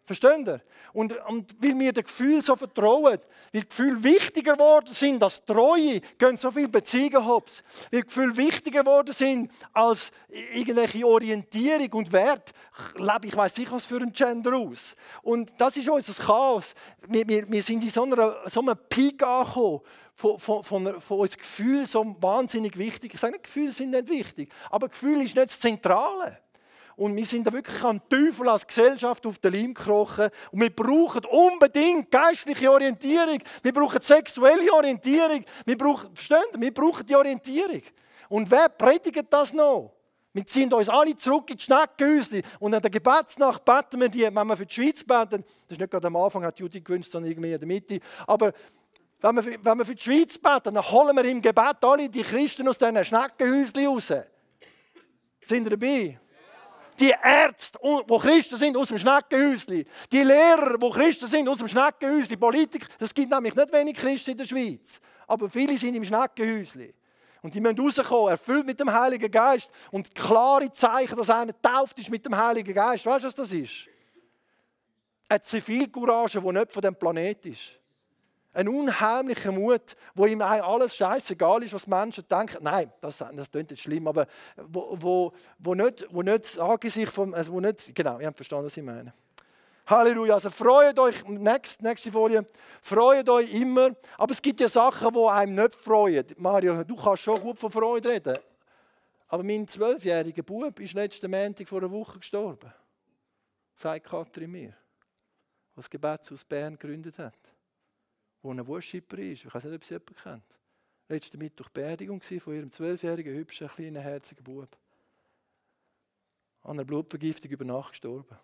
Versteht ihr? Und, und weil wir dem Gefühl so vertrauen, weil die Gefühle wichtiger geworden sind als Treue, gehen so viele Beziehungen hops. Weil die Gefühle wichtiger geworden sind als irgendwelche Orientierung und Wert, lebe ich weiss nicht was für ein Gender aus. Und das ist unser Chaos. Wir, wir, wir sind in so, einer, so einem Peak angekommen, von, von, von, von uns Gefühlen so wahnsinnig wichtig. Ich sage nicht, Gefühle sind nicht wichtig, aber Gefühl ist nicht das Zentrale. Und wir sind da wirklich am Teufel als Gesellschaft auf den Leim gekrochen. Und wir brauchen unbedingt geistliche Orientierung. Wir brauchen sexuelle Orientierung. Wir brauchen, verstehen Sie? Wir brauchen die Orientierung. Und wer predigt das noch? Wir ziehen uns alle zurück in die Schneckenhäuschen. Und an der Gebetsnacht beten wir die, wenn wir für die Schweiz beten. Das ist nicht gerade am Anfang, hat Judy gewünscht, sondern irgendwie in der Mitte. Aber wenn wir, wenn wir für die Schweiz beten, dann holen wir im Gebet alle die Christen aus diesen Schneckenhäuschen raus. Sind ihr dabei? Die Ärzte, die Christen sind, aus dem Schneckenhäuschen. Die Lehrer, die Christen sind, aus dem Schneckenhäuschen. Politiker, es gibt nämlich nicht wenig Christen in der Schweiz. Aber viele sind im Schneckenhäuschen. Und die müssen rauskommen, erfüllt mit dem Heiligen Geist. Und klare Zeichen, dass einer getauft ist mit dem Heiligen Geist. Weißt du, was das ist? Eine Zivilcourage, die nicht von diesem Planeten ist. Ein unheimlicher Mut, wo ihm alles scheißegal ist, was Menschen denken. Nein, das, das klingt jetzt schlimm, aber wo, wo, wo nicht, wo nicht das Angesicht von, also wo nicht, genau, ihr habt verstanden, was ich meine. Halleluja, also freut euch, nächste, nächste Folie, freut euch immer, aber es gibt ja Sachen, die einem nicht freuen. Mario, du kannst schon gut von Freude reden, aber mein zwölfjähriger Bub ist letzten Montag vor einer Woche gestorben, sagt Katrin mir, der das Gebetshaus Bern gegründet hat. Wo ein Worshipper ist. Ich weiß nicht, ob sie jemanden kennt. Letzten Mittwoch Beerdigung von ihrem zwölfjährigen, hübschen, kleinen, herzigen Bub. An einer Blutvergiftung über Nacht gestorben.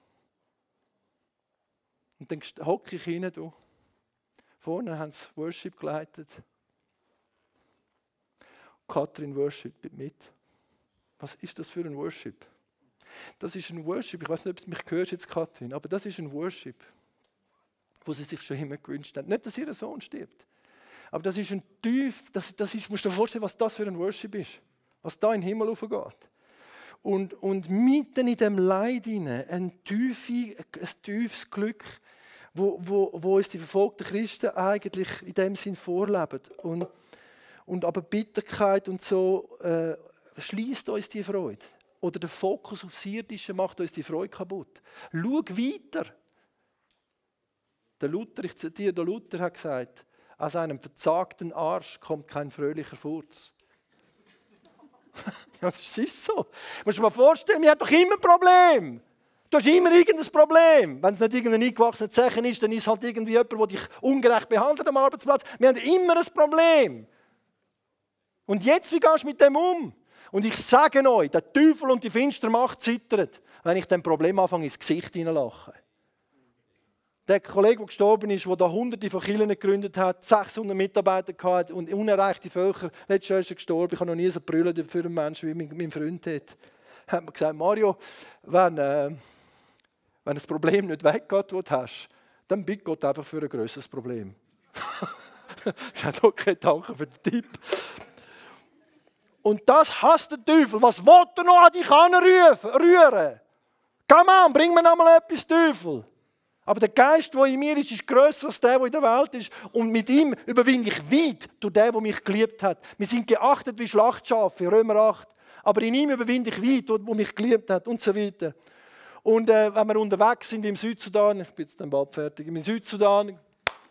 Und dann hocke ich rein. Da. Vorne haben sie Worship geleitet. Katrin worshippt mit. Was ist das für ein Worship? Das ist ein Worship. Ich weiß nicht, ob du mich hörst jetzt, Katrin, aber das ist ein Worship, wo sie sich schon immer gewünscht hat. Nicht, dass ihr Sohn stirbt. Aber das ist ein tief, das, das ist, musst du dir vorstellen, was das für ein Worship ist. Was da in den Himmel aufgeht. Und, und mitten in dem Leid hinein ein, tiefe, ein tiefes Glück, wo, wo, wo uns die verfolgten Christen eigentlich in dem Sinn vorleben. Und, und aber Bitterkeit und so äh, schließt uns die Freude. Oder der Fokus aufs Irdische macht uns die Freude kaputt. Schau weiter. Der Luther, ich zitiere, der Luther hat gesagt, aus einem verzagten Arsch kommt kein fröhlicher Furz. Ja, das ist so. Du musst dir mal vorstellen, wir haben doch immer ein Problem. Du hast immer irgendein Problem. Wenn es nicht irgendein eingewachsenes Zeichen ist, dann ist es halt irgendwie jemand, der dich ungerecht behandelt am Arbeitsplatz. Wir haben immer ein Problem. Und jetzt, wie gehst du mit dem um? Und ich sage euch, der Teufel und die finstere Macht zittern, wenn ich dem Problem anfange, ins Gesicht hineinlachen. Der Kollege, der gestorben ist, der da hunderte von Kirchen gegründet hat, sechshundert Mitarbeiter hatte und unerreichte Völker, letztes Jahr ist er gestorben, ich habe noch nie so brüllen für einen Menschen, wie mein, mein Freund hat. Hat mir gesagt, Mario, wenn, äh, wenn das Problem nicht weggeht, das du hast, dann bitte Gott einfach für ein grösseres Problem. Ich sagte, okay, danke für den Tipp. Und das hasst der Teufel. Was will er noch an dich anrühren? Komm an, bring mir noch mal etwas, Teufel. Aber der Geist, der in mir ist, ist grösser als der, der in der Welt ist. Und mit ihm überwinde ich weit durch den, der mich geliebt hat. Wir sind geachtet wie Schlachtschafe, Römer acht. Aber in ihm überwinde ich weit, der mich geliebt hat und so weiter. Und äh, wenn wir unterwegs sind im Südsudan, ich bin jetzt dann bald fertig, im Südsudan,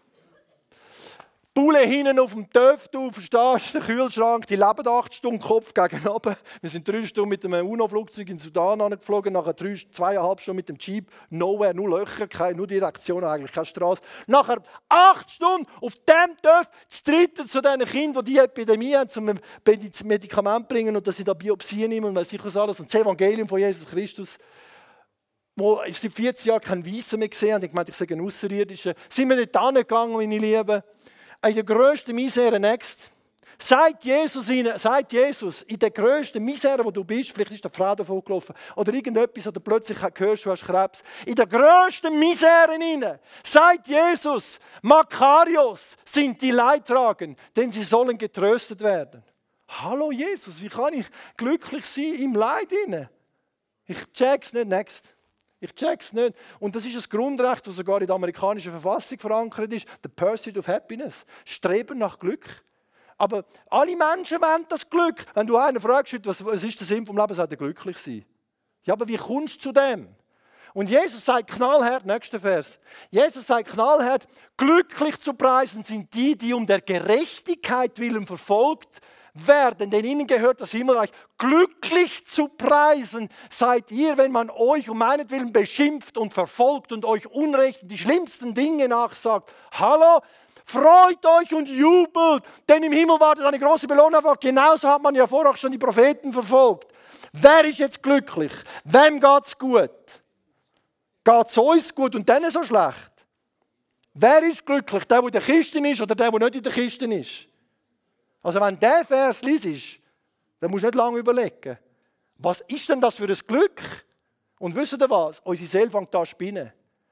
Bulle hinten auf dem Töpf, du verstehst, der Kühlschrank, die leben acht Stunden Kopf gegen oben. Wir sind drei Stunden mit einem UNO-Flugzeug in Sudan angeflogen, nachher drei, zweieinhalb Stunden mit dem Jeep, nowhere, nur Löcher, keine, nur Direktion eigentlich, keine Straße. Nachher acht Stunden auf dem Töpf, das dritte zu diesen Kindern, die die Epidemie haben, zum Medikament bringen und dass sie da Biopsien nehmen und weiss ich was alles. Und das Evangelium von Jesus Christus, wo ich seit vierzig Jahren keinen Weissen mehr gesehen habe, ich meinte, ich sage ein Außerirdischer, sind wir nicht angegangen, meine Lieben. In der grössten Misere next. Sagt Jesus, ihnen, sagt Jesus, in der grössten Misere, wo du bist, vielleicht ist der Frau davon gelaufen, oder irgendetwas, oder plötzlich hörst du, hast Krebs. In der grössten Misere hinein, sagt Jesus, Makarios sind die Leidtragenden, denn sie sollen getröstet werden. Hallo Jesus, wie kann ich glücklich sein im Leid hinein? Ich check's nicht, next. Ich check's nicht. Und das ist ein Grundrecht, das sogar in der amerikanischen Verfassung verankert ist. The Pursuit of Happiness. Streben nach Glück. Aber alle Menschen wollen das Glück. Wenn du einen fragst, was, was ist der Sinn vom Leben, sagt er glücklich sein. Ja, aber wie kommst du zu dem? Und Jesus sagt knallhart, nächster Vers. Jesus sagt knallhart, glücklich zu preisen sind die, die um der Gerechtigkeit willen verfolgt werden, denn ihnen gehört das Himmelreich. Glücklich zu preisen seid ihr, wenn man euch um meinetwillen beschimpft und verfolgt und euch Unrecht und die schlimmsten Dinge nachsagt. Hallo? Freut euch und jubelt, denn im Himmel wartet eine große Belohnung. Genauso hat man ja vorher auch schon die Propheten verfolgt. Wer ist jetzt glücklich? Wem geht es gut? Geht es uns gut und denen so schlecht? Wer ist glücklich? Der, der in der Kiste ist oder der, der nicht in der Kiste ist? Also wenn der Vers liest, dann musst du nicht lange überlegen. Was ist denn das für ein Glück? Und wisst ihr was? Unsere Seele fängt an zu spinnen.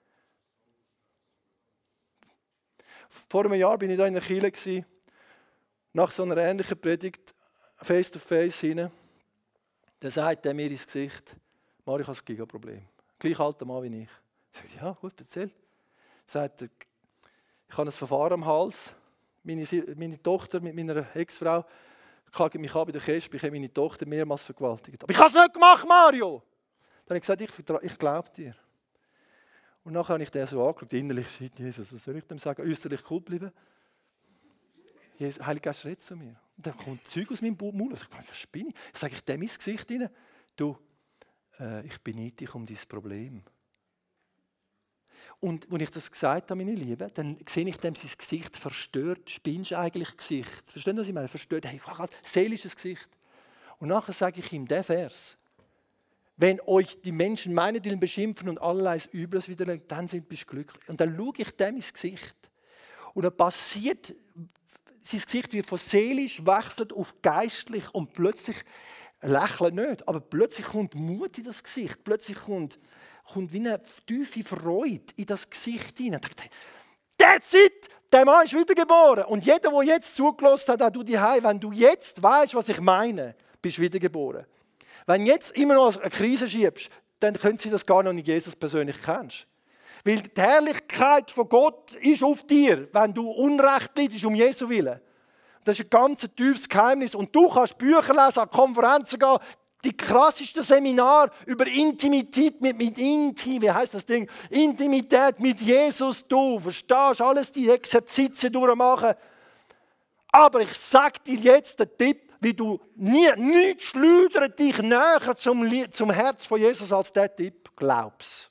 Vor einem Jahr war ich da in der Kirche, nach so einer ähnlichen Predigt, face to face hinein. Dann sagt er mir ins Gesicht, Mario, ich habe ein Gigaproblem. Gleich alter Mann wie ich. Ich sage, ja gut, erzähl. Er sagt, ich habe ein Verfahren am Hals. Meine, meine Tochter mit meiner Ex-Frau klagt mich an bei der Kespe, ich habe meine Tochter mehrmals vergewaltigt. Aber ich habe es nicht gemacht, Mario! Dann habe ich gesagt, ich, ich glaube dir. Und nachher habe ich den so angeschaut, innerlich, shit, Jesus, was soll ich dem sagen? Äußerlich cool bleiben. Heiliger Geist redet zu mir. Und dann kommt Zeug aus meinem Mund. Ich sage, was spinne ich? Ich sage ich dem ins Gesicht rein. Du, äh, ich beneide dich um dein Problem. Und als ich das gesagt habe, meine Lieben, dann sehe ich dem sein Gesicht verstört. Spinnst du eigentlich Gesicht? Verstehen Sie, was ich meine? Verstört. Hey, seelisches Gesicht. Und nachher sage ich ihm den Vers. Wenn euch die Menschen meinetwillen beschimpfen und allerlei Übles widerlegen, dann sind bist glücklich. Und dann schaue ich dem ins Gesicht. Und dann passiert, sein Gesicht wird von seelisch wechselt auf geistlich und plötzlich lächelt nicht, aber plötzlich kommt Mut in das Gesicht. Plötzlich kommt, kommt wie eine tiefe Freude in das Gesicht hinein. Und denkt, that's it! Der Mann ist wiedergeboren. Und jeder, der jetzt zugelassen hat, auch du daheim, wenn du jetzt weißt, was ich meine, bist du wiedergeboren. Wenn du jetzt immer noch eine Krise schiebst, dann können sie das gar noch nicht Jesus persönlich kennst. Weil die Herrlichkeit von Gott ist auf dir, wenn du Unrecht leidest um Jesu Willen. Das ist ein ganz tiefes Geheimnis. Und du kannst Bücher lesen, an Konferenzen gehen, die krassesten Seminare über Intimität mit, mit Intim, wie heisst das Ding? Intimität mit Jesus, du verstehst alles, die Exerzitien durchmachen. Aber ich sage dir jetzt den Tipp, wie du nie, nichts schleudert dich näher zum, zum Herz von Jesus als der Tipp, glaub's.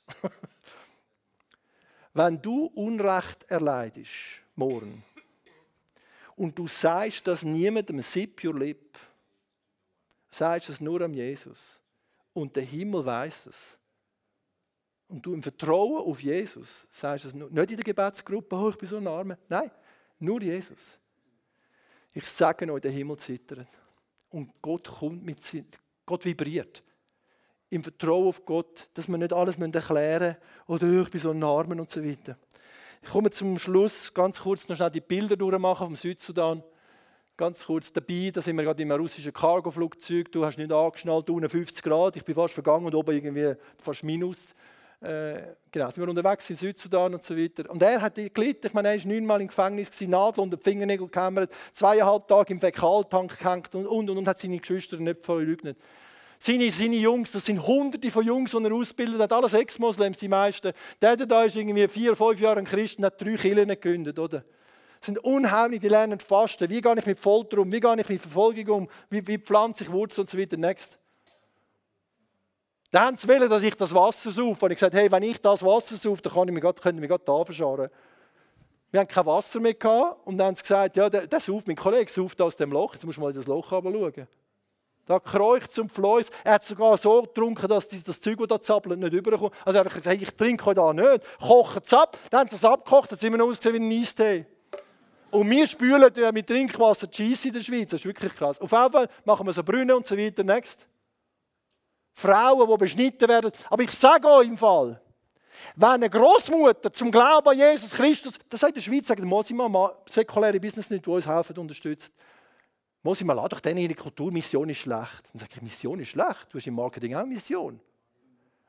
Wenn du Unrecht erleidest, morgen, und du sagst das niemandem, sip your lip, sagst es nur am Jesus, und der Himmel weiss es, und du im Vertrauen auf Jesus sagst es nur, nicht in der Gebetsgruppe, oh, ich bin so ein Armer, nein, nur Jesus. Ich sage euch, der Himmel zittert. Und Gott kommt mit, Gott vibriert. Im Vertrauen auf Gott, dass wir nicht alles erklären müssen oder ich bin so ein Armen und so weiter. Ich komme zum Schluss, ganz kurz noch schnell die Bilder durchmachen vom Südsudan. Ganz kurz dabei, da sind wir gerade in einem russischen Cargoflugzeug. Du hast nicht angeschnallt, unten fünfzig Grad. Ich bin fast vergangen und oben irgendwie fast minus. Äh, genau, sind wir unterwegs in Südsudan und so weiter. Und er hat gelitten, ich meine, er war neunmal im Gefängnis, Nadel unter die Fingernägel gehämmert, zweieinhalb Tage im Fäkaltank gehängt und, und, und, und hat seine Geschwister nicht verleugnet. Seine, seine Jungs, das sind hunderte von Jungs, die er ausbildet hat, alles Ex-Moslems, die meisten. Der da ist irgendwie vier, fünf Jahre ein Christ und hat drei Kirchen gegründet, oder? Das sind unheimlich, die lernen fasten. Wie gehe ich mit Folter um? Wie gehe ich mit Verfolgung um? Wie, wie pflanze ich Wurzeln und so weiter? Next. Dann haben sie wollen, dass ich das Wasser saufe. Und ich gesagt, hey, wenn ich das Wasser saufe, dann kann ich mich grad, können wir gerade da verscharen. Wir hatten kein Wasser mehr gehabt, und dann haben sie gesagt, ja, der, der sauft, mein Kollege sauft aus dem Loch. Jetzt musst du mal in das Loch schauen. Da kreucht zum Fleus. Er hat sogar so getrunken, dass das Zeug, das da zappelt, nicht rüberkommt. Also einfach gesagt, hey, ich trinke heute da nicht. Kochen es ab. Dann haben sie es abgekocht, dann sind wir noch ausgesehen wie ein Eistee. Und wir spülen mit Trinkwasser Cheese in der Schweiz. Das ist wirklich krass. Auf jeden Fall machen wir so Brunnen und so weiter. Next. Frauen, die beschnitten werden. Aber ich sage euch im Fall, wenn eine Großmutter zum Glauben an Jesus Christus, das sagt in der Schweiz, sagt Mosima, säkuläre Business nicht, die uns helfen, unterstützt. Mosima, lass doch denen ihre Kultur, Mission ist schlecht. Dann sage ich, Mission ist schlecht, du hast im Marketing auch Mission.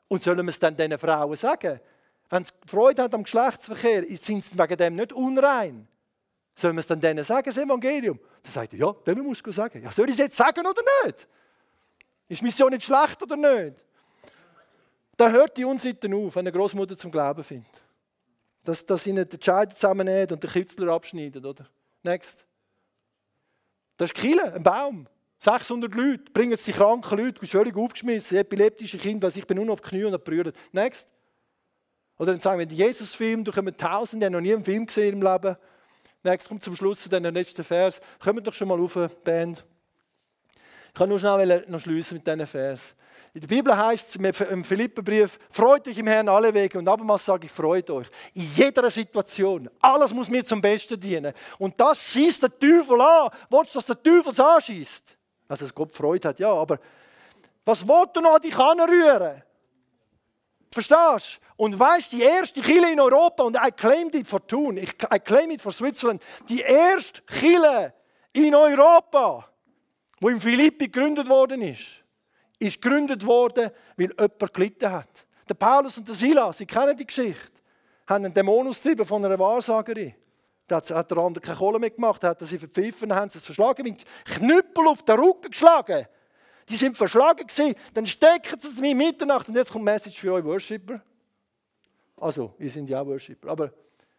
Und sollen wir es dann diesen Frauen sagen? Wenn sie Freude haben am Geschlechtsverkehr, sind sie wegen dem nicht unrein. Sollen wir es dann denen sagen, das Evangelium? Dann sagt er, ja, denen musst du sagen. Ja, soll ich es jetzt sagen oder nicht? Ist Mission nicht schlecht oder nicht? Dann hört die Unsitte auf, wenn eine Großmutter zum Glauben findet. Dass, dass ihnen die Scheide zusammennäht und den Kitzler abschneidet, oder? Next. Das ist Kille, ein Baum. sechshundert Leute, bringen sie kranken Leute, du bist völlig aufgeschmissen, epileptische Kinder, weil ich bin nur noch auf die Knie und auf die Brüder. Next. Oder dann sagen wir, den Jesus-Film, du kommst Tausende, die haben noch nie einen Film gesehen im Leben. Next, kommt zum Schluss zu diesem letzten Vers. Kommt doch schon mal auf, Band. Ich kann nur schnell noch schliessen mit diesem Vers. In der Bibel heißt es im Philipperbrief, freut euch im Herrn alle Wege. Und abermals sage ich, freut euch. In jeder Situation. Alles muss mir zum Besten dienen. Und das schießt der Teufel an. Willst du, dass der Teufel es anschießt? Also, dass Gott Freude hat, ja. Aber was willst du noch an dich anrühren? Verstehst du? Und weißt du, die erste Kirche in Europa, und I claim it for Thun, I claim it for Switzerland, die erste Kirche in Europa, die in Philippi gegründet worden ist, ist gegründet worden, weil jemand gelitten hat. Der Paulus und der Silas, Sie kennen die Geschichte, haben einen Dämon austrieben von einer Wahrsagerin. Da hat der andere keine Kohle mehr gemacht, hat sie verpfiffen, haben sie es verschlagen, mit Knüppel auf den Rücken geschlagen. Die sind verschlagen gewesen, dann stecken sie es mir Mitternacht und jetzt kommt eine Message für euch Worshipper. Also, ihr seid ja auch Worshipper, aber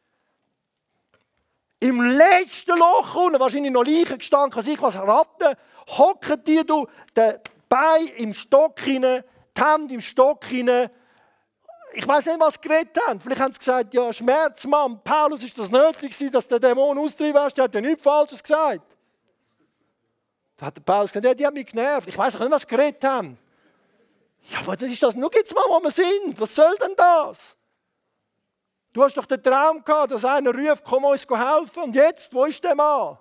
im letzten Loch unten, wahrscheinlich noch Leichen gestanden, kann sich was raten, hocken die du den Bein im Stock hinein, die Hände im Stock hinein. Ich weiß nicht, was sie geredet haben. Vielleicht haben sie gesagt, ja, Schmerzmann, Paulus, ist das nötig gewesen, dass der Dämon austrieben hast? Der hat ja nichts Falsches gesagt. Da hat der Paulus gesagt, ja, die haben mich genervt. Ich weiß auch nicht, was sie geredet haben. Ja, aber das ist das. Nur jetzt mal, wo wir sind. Was soll denn das? Du hast doch den Traum gehabt, dass einer ruft, komm uns helfen. Und jetzt, wo ist der Mann?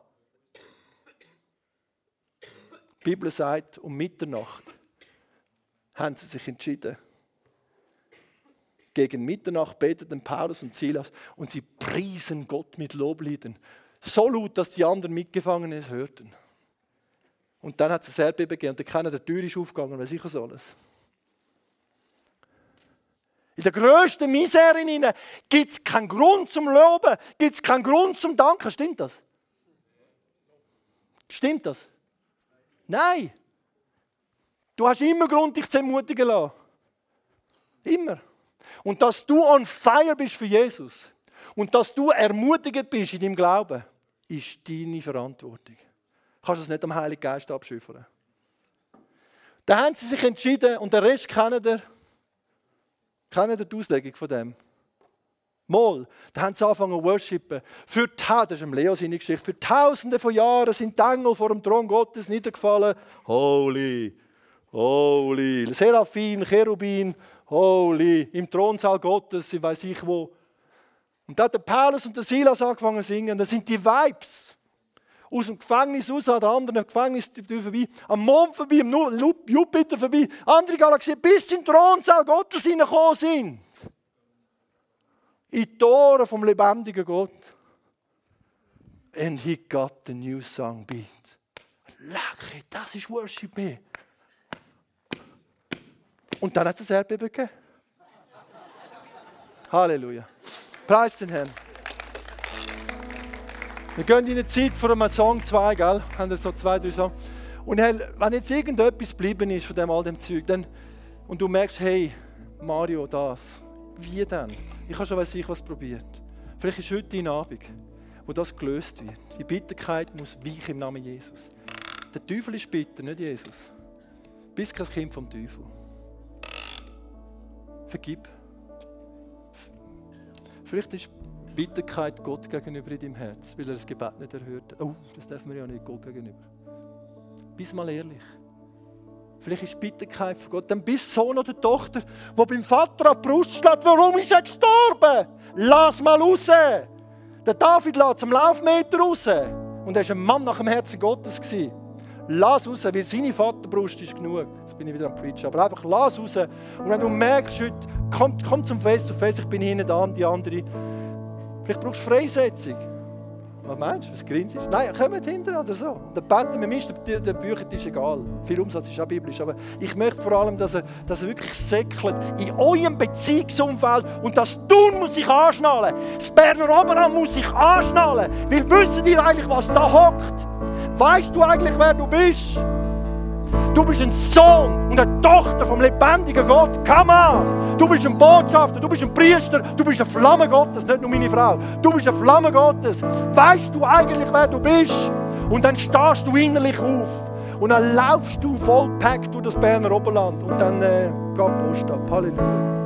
Die Bibel sagt, um Mitternacht haben sie sich entschieden. Gegen Mitternacht beteten Paulus und Silas und sie priesen Gott mit Lobliedern. So laut, dass die anderen Mitgefangenen hörten. Und dann hat es ein Erdbeben gegeben und der Kenner der Tür ist aufgegangen, weiß ich was alles. In der grössten Misere gibt es keinen Grund zum Loben, gibt es keinen Grund zum Danken. Stimmt das? Stimmt das? Nein. Du hast immer Grund, dich zu ermutigen lassen. Immer. Und dass du on fire bist für Jesus und dass du ermutigt bist in deinem Glauben, ist deine Verantwortung. Du kannst es nicht am Heiligen Geist abschüffeln. Da haben sie sich entschieden und den Rest kennen ihr. Kennen ihr die Auslegung von dem? Mal, da haben sie angefangen zu worshipen. Für das ist im Leo seine Geschichte. Für Tausende von Jahren sind die Engel vor dem Thron Gottes niedergefallen. Holy, holy, Seraphim, Cherubin, holy, im Thronsaal Gottes, ich weiß ich wo. Und da hat der Paulus und der Silas angefangen zu singen. Das sind die Vibes. Aus dem Gefängnis raus, an der anderen Gefängnistür vorbei, am Mond vorbei, am Jupiter vorbei, andere Galaxien, bis in den Thronsaal Gottes hineingekommen sind. In die Tore vom lebendigen Gott. And he got the new song beat. Leck, das ist Worship me. Und dann hat es ein Erdbeben gegeben. Halleluja. Preis den Herrn. Wir gehen in eine Zeit vor einem Song zwei, gell? Haben wir so zwei, drei Songs. Und wenn jetzt irgendetwas geblieben ist von dem, all dem Zeug, dann, und du merkst, hey, Mario, das, wie denn? Ich habe schon weiss ich was probiert. Vielleicht ist heute dein Abend, wo das gelöst wird. Die Bitterkeit muss weichen im Namen Jesus. Der Teufel ist bitter, nicht Jesus. Du bist kein Kind vom Teufel. Vergib. Vielleicht ist Bitterkeit Gott gegenüber in deinem Herz, weil er das Gebet nicht erhört. Oh, das dürfen wir ja nicht Gott gegenüber. Bist mal ehrlich. Vielleicht ist Bitterkeit von Gott. Dann bist du Sohn oder Tochter, der beim Vater an die Brust schlägt. Warum ist er gestorben? Lass mal raus. Der David lässt zum Laufmeter raus. Und er war ein Mann nach dem Herzen Gottes. Lass raus, weil seine Vaterbrust ist genug. Jetzt bin ich wieder am Preachen. Aber einfach lass raus. Und wenn du merkst, heute, komm, komm zum Face to Face, ich bin hinten da, die andere. Vielleicht brauchst du Freisetzung. Was meinst du? Was grinst du? Nein, kommt hinterher oder so. Dann beten wir. Mir ist der, der Büchertisch egal. Viel Umsatz ist auch biblisch. Aber ich möchte vor allem, dass er, dass er wirklich säckelt in eurem Beziehungsumfeld. Und das Tun muss sich anschnallen. Das Berner Oberland muss sich anschnallen. Weil wisst ihr eigentlich, was da hockt? Weißt du eigentlich, wer du bist? Du bist ein Sohn und eine Tochter vom lebendigen Gott. Come on! Du bist ein Botschafter, du bist ein Priester, du bist eine Flamme Gottes, nicht nur meine Frau. Du bist eine Flamme Gottes. Weißt du eigentlich, wer du bist? Und dann stehst du innerlich auf. Und dann laufst du voll packt durch das Berner Oberland. Und dann äh, geht die Post ab. Halleluja.